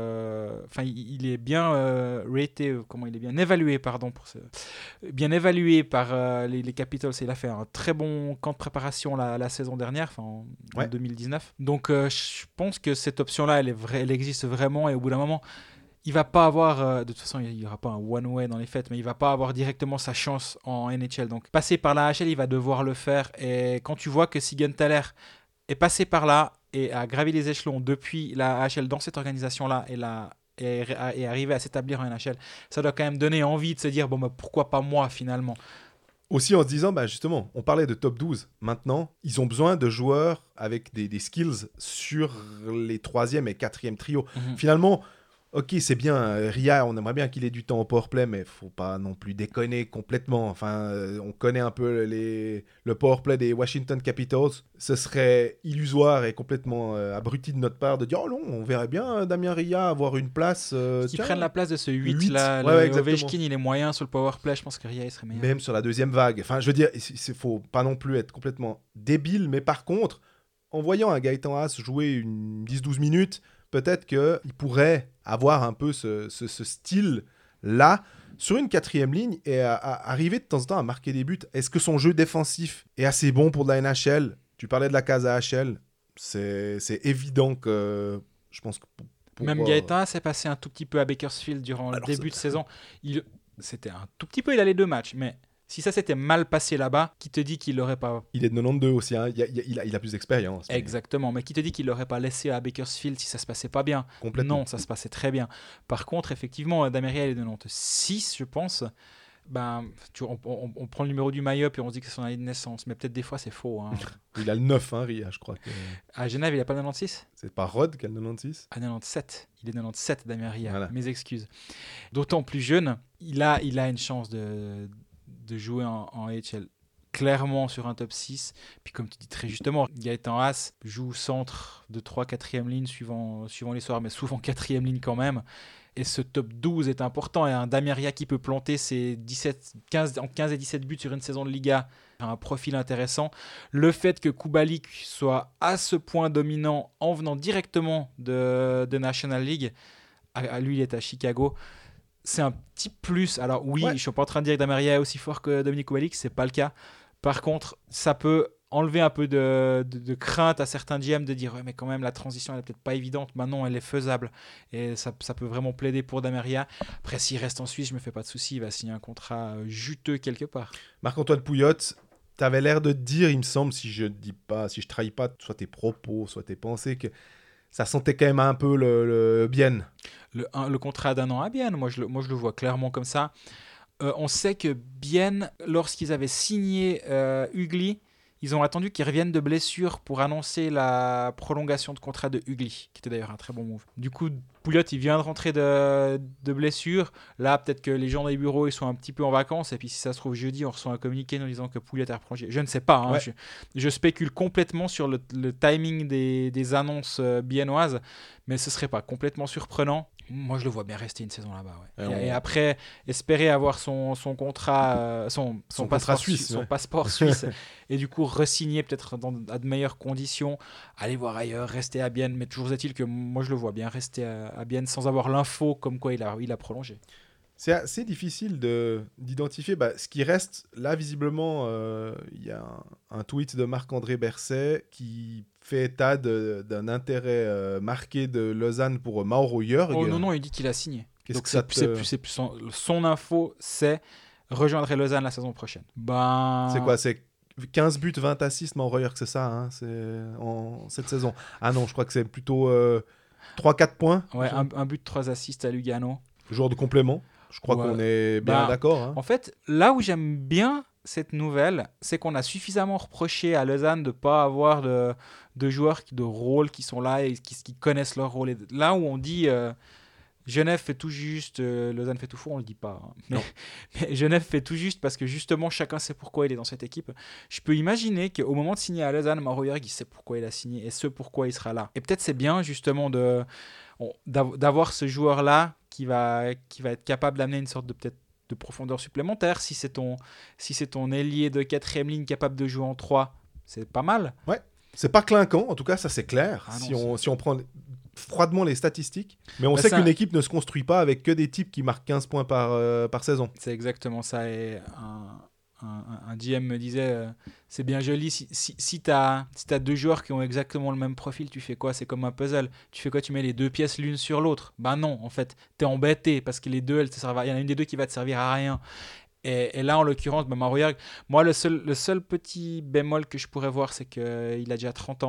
Il est bien raté, il est bien évalué, bien évalué par les Capitals. Il a fait un très bon camp de préparation la saison dernière, en 2019. Donc, je pense que cette option-là, elle existe vraiment. Et au bout d'un moment, il va pas avoir, de toute façon, il n'y aura pas un one-way dans les fêtes, mais il va pas avoir directement sa chance en NHL. Donc, passer par la AHL, il va devoir le faire. Et quand tu vois que Siegenthaler est passé par là et a gravi les échelons depuis la AHL dans cette organisation-là et arrivé à s'établir en NHL, ça doit quand même donner envie de se dire, pourquoi pas moi finalement? Aussi en se disant, justement, on parlait de top 12. Maintenant, ils ont besoin de joueurs avec des skills sur les 3e et 4e trios. Finalement, ok, c'est bien, Ria, on aimerait bien qu'il ait du temps au powerplay, mais faut pas non plus déconner complètement. Enfin, on connaît un peu le powerplay des Washington Capitals. Ce serait illusoire et complètement abruti de notre part de dire « Oh non, on verrait bien Damien Ria avoir une place... Qui prenne la place de ce 8 là. Ouais, Ovechkin, il est moyen sur le powerplay, je pense que Ria, il serait meilleur. Même sur la 2e vague. Enfin, je veux dire, il faut pas non plus être complètement débile, mais par contre, en voyant un Gaëtan Haas jouer une 10-12 minutes... peut-être qu'il pourrait avoir un peu ce style-là sur une 4e ligne et arriver de temps en temps à marquer des buts. Est-ce que son jeu défensif est assez bon pour de la NHL ? Tu parlais de la case AHL. C'est évident que je pense que... Même Gaëtan s'est passé un tout petit peu à Bakersfield durant le début de saison. C'était un tout petit peu, il a les 2 matchs, mais... Si ça s'était mal passé là-bas, qui te dit qu'il l'aurait pas... Il est de 92 aussi, hein. Il a plus d'expérience. Mais... Exactement, mais qui te dit qu'il l'aurait pas laissé à Bakersfield si ça se passait pas bien ? Complètement. Non, ça se passait très bien. Par contre, effectivement, Damien Ria, il est de 96, je pense. On prend le numéro du maillot et on se dit que c'est son année de naissance, mais peut-être des fois c'est faux. Hein. Il a le 9, hein, Ria, je crois. À Genève, il a pas 96 ? C'est pas Rod qui a le 96 ? Ah, 97. Il est 97, Damien Ria. Voilà. Mes excuses. D'autant plus jeune, il a une chance de jouer en AHL clairement sur un top 6. Puis comme tu dis très justement, Gaëtan Haas joue centre de 3-4e ligne suivant les soirs, mais souvent 4e ligne quand même. Et ce top 12 est important. Et un Damien Ria qui peut planter ses 15 et 17 buts sur une saison de Liga, un profil intéressant. Le fait que Kubalik soit à ce point dominant en venant directement de National League, lui il est à Chicago, c'est un petit plus. Alors oui, je suis pas en train de dire que Damien Ria est aussi fort que Dominique Kubalik, c'est pas le cas. Par contre, ça peut enlever un peu de crainte à certains GM de dire ouais, mais quand même la transition elle est peut-être pas évidente. Maintenant elle est faisable et ça peut vraiment plaider pour Damien Ria. Après s'il reste en Suisse, je me fais pas de soucis, il va signer un contrat juteux quelque part. Marc-Antoine Pouliot, tu avais l'air de dire, il me semble, si je trahis pas soit tes propos, soit tes pensées, que ça sentait quand même un peu le Bienne. Le contrat d'1 an à Bienne, moi je le vois clairement comme ça. On sait que Bienne, lorsqu'ils avaient signé Ugly, ils ont attendu qu'il revienne de blessure pour annoncer la prolongation de contrat de Ugly, qui était d'ailleurs un très bon move. Du coup, Pouliot, il vient de rentrer de blessure. Là, peut-être que les gens dans les bureaux, ils sont un petit peu en vacances. Et puis, si ça se trouve, jeudi, on reçoit un communiqué nous disant que Pouliot a reprolongé. Je ne sais pas. Hein, je spécule complètement sur le timing des annonces biennoises. Mais ce ne serait pas complètement surprenant. Moi, je le vois bien rester une saison là-bas. Ouais. Et après, espérer avoir son contrat, son passeport suisse, son passeport suisse, et du coup, re-signer peut-être à de meilleures conditions, aller voir ailleurs, rester à Bienne. Mais toujours est-il que moi, je le vois bien rester à Bienne sans avoir l'info comme quoi il a prolongé. C'est assez difficile d'identifier ce qui reste. Là, visiblement, il y a un tweet de Marc-André Berset qui fait état d'un intérêt marqué de Lausanne pour Mauro Jörg. Oh non, il dit qu'il a signé. Donc c'est plus son info, c'est rejoindre Lausanne la saison prochaine. C'est quoi ? C'est 15 buts, 20 assists, Mauro Jörg, c'est ça, hein, cette saison. Ah non, je crois que c'est plutôt 3-4 points. Ouais, un but, 3 assists à Lugano. Joueur de complément. Je crois qu'on est bien d'accord. Hein. En fait, là où j'aime bien cette nouvelle, c'est qu'on a suffisamment reproché à Lausanne de ne pas avoir de joueurs de rôle qui sont là et qui connaissent leur rôle. Et là où on dit Genève fait tout juste, Lausanne fait tout faux, on ne le dit pas. Hein. Mais Genève fait tout juste parce que justement, chacun sait pourquoi il est dans cette équipe. Je peux imaginer qu'au moment de signer à Lausanne, Mauro Jörg, il sait pourquoi il a signé et ce pourquoi il sera là. Et peut-être c'est bien justement d'avoir ce joueur-là qui va être capable d'amener une sorte de profondeur supplémentaire. Si c'est ton ailier de 4e ligne capable de jouer en 3, c'est pas mal. Ouais, c'est pas clinquant, en tout cas, ça c'est clair. Si on prend froidement les statistiques. Mais on sait qu'une équipe ne se construit pas avec que des types qui marquent 15 points par saison. C'est exactement ça. Et un GM me disait c'est bien joli si t'as 2 joueurs qui ont exactement le même profil, tu fais quoi ? C'est comme un puzzle. Tu fais quoi ? Tu mets les 2 pièces l'une sur l'autre ? Ben non, en fait, t'es embêté parce que les deux, il y en a une des deux qui va te servir à rien. Et là, en l'occurrence, Mauro Jörg, moi, le seul petit bémol que je pourrais voir, c'est qu'il a déjà 30 ans.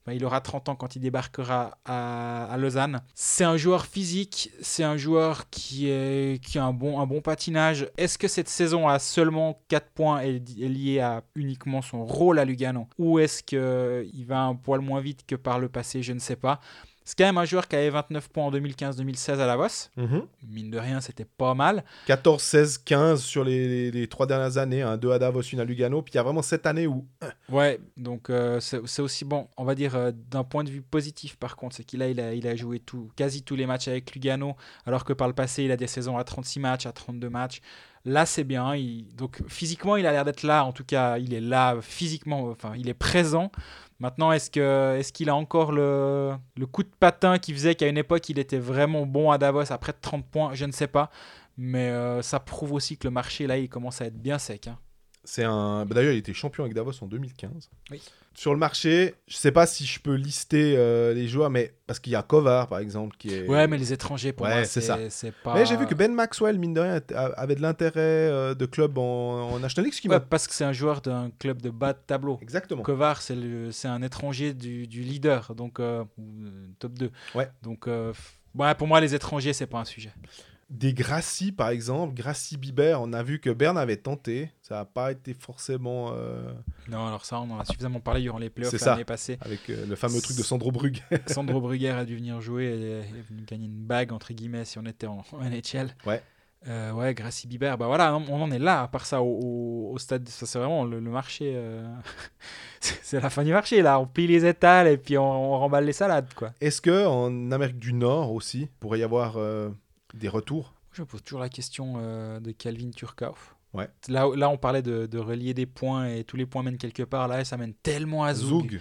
il aura 30 ans quand il débarquera à Lausanne. C'est un joueur physique, c'est un joueur qui a un bon patinage. Est-ce que cette saison à seulement 4 points est liée à uniquement son rôle à Lugano, ou est-ce qu'il va un poil moins vite que par le passé? Je ne sais pas. C'est quand même un joueur qui avait 29 points en 2015-2016 à Davos. Mine de rien, c'était pas mal. 14, 16, 15 sur les 3 dernières années. 2 à Davos, 1 à Lugano. Puis il y a vraiment cette année où... Ouais, donc c'est aussi bon. On va dire d'un point de vue positif, par contre, c'est qu'il a joué quasi tous les matchs avec Lugano, alors que par le passé, il a des saisons à 36 matchs, à 32 matchs. Là, c'est bien. Donc physiquement, il a l'air d'être là. En tout cas, il est là physiquement. Enfin, il est présent. Maintenant, est-ce qu'il a encore le coup de patin qui faisait qu'à une époque, il était vraiment bon à Davos à près de 30 points? Je ne sais pas. Mais ça prouve aussi que le marché, là, il commence à être bien sec. Hein. D'ailleurs, il était champion avec Davos en 2015. Oui. Sur le marché, je sais pas si je peux lister les joueurs, mais parce qu'il y a Kovar, par exemple, qui est... Ouais, mais les étrangers, pour moi, c'est ça. C'est pas... Mais j'ai vu que Ben Maxwell, mine de rien, avait de l'intérêt de club en National League. Parce que c'est un joueur d'un club de bas de tableau. Exactement. Kovar, c'est un étranger du leader, donc top 2. Ouais. Donc, pour moi, les étrangers, c'est pas un sujet. Des Grassi, par exemple, Grassi-Bibert, on a vu que Berne avait tenté. Ça n'a pas été forcément... Non, alors ça, on en a suffisamment parlé durant les playoffs l'année passée. Avec le fameux truc de Sandro Brugge. Sandro Brugger a dû venir jouer et est venu gagner une bague, entre guillemets, si on était en NHL. Ouais. Ouais, Grassi-Bibert, voilà, on en est là. À part ça, au stade, ça, c'est vraiment le marché. C'est la fin du marché, là. On plie les étals et puis on remballe les salades, quoi. Est-ce qu'en Amérique du Nord aussi, pourrait y avoir... des retours? Je me pose toujours la question de Calvin Turcoff. Ouais. Là, on parlait de relier des points et tous les points mènent quelque part. Là, ça mène tellement à Zug.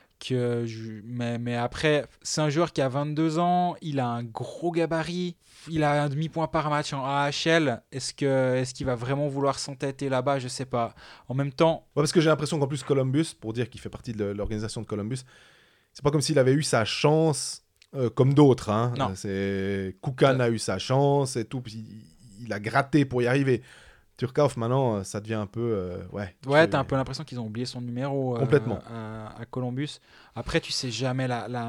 Mais après, c'est un joueur qui a 22 ans, il a un gros gabarit, il a un demi-point par match en AHL. Est-ce qu'il va vraiment vouloir s'entêter là-bas? Je sais pas. En même temps... Ouais, parce que j'ai l'impression qu'en plus Columbus, pour dire qu'il fait partie de l'organisation de Columbus, c'est pas comme s'il avait eu sa chance... comme d'autres, hein. Kukan a eu sa chance et tout, puis il a gratté pour y arriver. Turcoff, maintenant, ça devient un peu... t'as un peu l'impression qu'ils ont oublié son numéro complètement à Columbus. Après, tu sais jamais,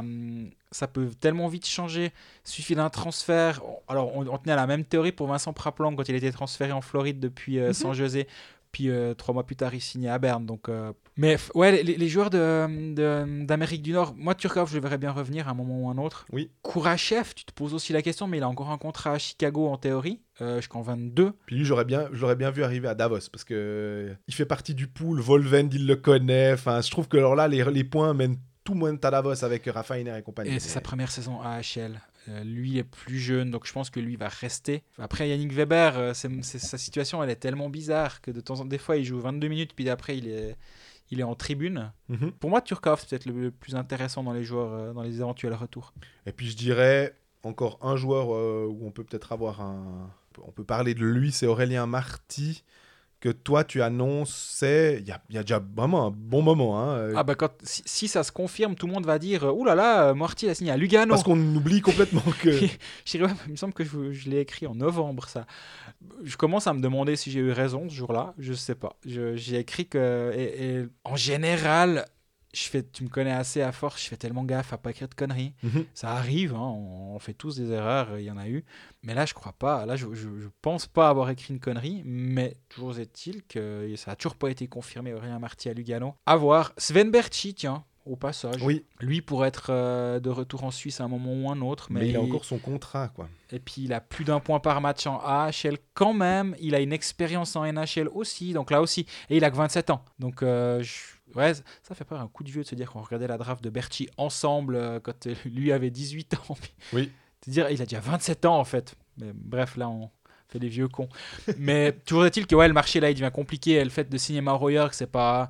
ça peut tellement vite changer. Il suffit d'un transfert. Alors, on tenait à la même théorie pour Vincent Praplan quand il était transféré en Floride depuis San José. Puis 3 mois plus tard, il signait à Berne. Donc, mais ouais, les joueurs d'Amérique du Nord, moi, Turcoff, je le verrais bien revenir à un moment ou un autre. Oui. Kourachev, tu te poses aussi la question, mais il a encore un contrat à Chicago en théorie, jusqu'en 22. Puis lui, je l'aurais bien vu arriver à Davos, parce que il fait partie du pool, Volvend, il le connaît. Enfin, je trouve que alors là, les points mènent tout moins à Davos avec Raffiner et compagnie. Et c'est sa première saison à AHL. Lui est plus jeune, donc je pense que lui va rester. Après, Yannick Weber, sa situation, elle est tellement bizarre que de temps en temps, des fois, il joue 22 minutes, puis après, il est en tribune. Mm-hmm. Pour moi, Turcoff, c'est peut-être le plus intéressant dans les joueurs, dans les éventuels retours. Et puis, je dirais encore un joueur où on peut peut-être avoir on peut parler de lui, c'est Aurélien Marty, que toi tu annonçais il y a déjà vraiment un bon moment. Hein. Ah bah si ça se confirme, tout le monde va dire « Ouh là là, Marty a signé à Lugano !» Parce qu'on oublie complètement que... Il me semble que je l'ai écrit en novembre, ça. Je commence à me demander si j'ai eu raison ce jour-là, je sais pas. J'ai écrit que... Et en général... tu me connais assez à force, je fais tellement gaffe à pas écrire de conneries. Mm-hmm. Ça arrive, hein, on fait tous des erreurs, il y en a eu. Mais là, je crois pas. Là, je pense pas avoir écrit une connerie, mais toujours est-il que ça a toujours pas été confirmé, Aurélien Marty à Lugano. À voir. Sven Berchi, tiens, au passage. Oui. Lui pourrait être de retour en Suisse à un moment ou un autre. Mais il a encore son contrat, quoi. Et puis, il a plus d'1 point par match en AHL quand même. Il a une expérience en NHL aussi, donc là aussi. Et il a que 27 ans. Donc, ouais, ça fait peur un coup de vieux de se dire qu'on regardait la draft de Berchi ensemble quand lui avait 18 ans. Oui. De dire il a déjà 27 ans en fait. Mais, bref, là on fait des vieux cons. Mais toujours est-il que ouais, le marché là il devient compliqué. Et le fait de signer Mauro Jörg, c'est pas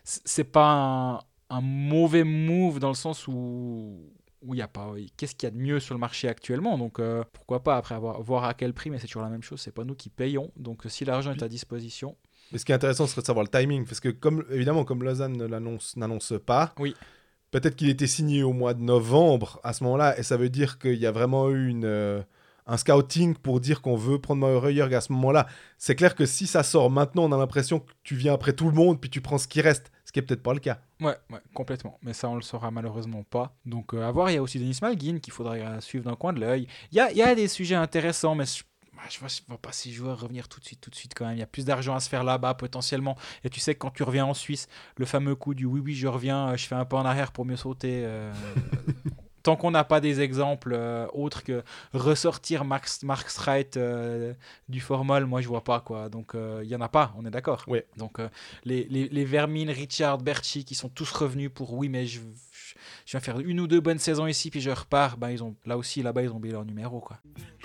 un mauvais move dans le sens où il y a pas. Qu'est-ce qu'il y a de mieux sur le marché actuellement? Donc pourquoi pas après voir à quel prix, mais c'est toujours la même chose. C'est pas nous qui payons. Donc si l'argent est à disposition. Mais ce qui est intéressant serait de savoir le timing, parce que comme Lausanne n'annonce pas, oui. Peut-être qu'il était signé au mois de novembre à ce moment-là, et ça veut dire qu'il y a vraiment eu un scouting pour dire qu'on veut prendre Mauro Jörg à ce moment-là. C'est clair que si ça sort maintenant, on a l'impression que tu viens après tout le monde, puis tu prends ce qui reste. Ce qui est peut-être pas le cas. Ouais, complètement. Mais ça, on le saura malheureusement pas. Donc, à voir. Il y a aussi Denis Malgin qu'il faudrait suivre d'un coin de l'œil. Il y a des sujets intéressants, mais je vois pas ces joueurs revenir tout de suite quand même. Il y a plus d'argent à se faire là-bas potentiellement. Et tu sais que quand tu reviens en Suisse, le fameux coup du oui, je reviens, je fais un pas en arrière pour mieux sauter. Tant qu'on n'a pas des exemples autres que ressortir Mark Streit du formol, moi je vois pas quoi. Donc il y en a pas, on est d'accord. Ouais. Donc les Vermin, Richard, Berchi qui sont tous revenus pour oui, mais je viens faire 1 ou 2 bonnes saisons ici puis je repars. Ben ils ont là-bas ils ont oublié leur numéro quoi.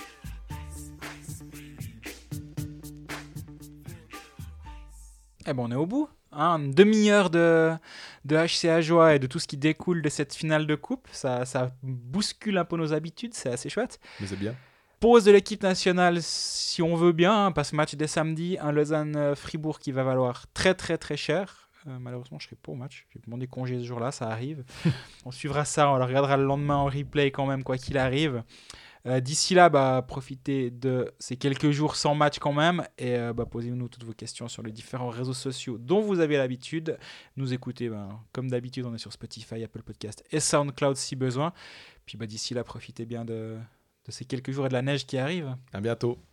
Eh ben on est au bout. Une demi-heure de HCA Joie et de tout ce qui découle de cette finale de coupe. Ça bouscule un peu nos habitudes, c'est assez chouette. Mais c'est bien. Pause de l'équipe nationale si on veut bien, parce que match dès samedi, un Lausanne-Fribourg qui va valoir très très très cher. Malheureusement, je serai pas au match. J'ai demandé congé ce jour-là, ça arrive. On suivra ça, on le regardera le lendemain en replay quand même, quoi qu'il arrive. D'ici là, profitez de ces quelques jours sans match quand même et posez-nous toutes vos questions sur les différents réseaux sociaux dont vous avez l'habitude. Nous écouter, comme d'habitude, on est sur Spotify, Apple Podcast et SoundCloud si besoin. Puis d'ici là, profitez bien de ces quelques jours et de la neige qui arrive. À bientôt.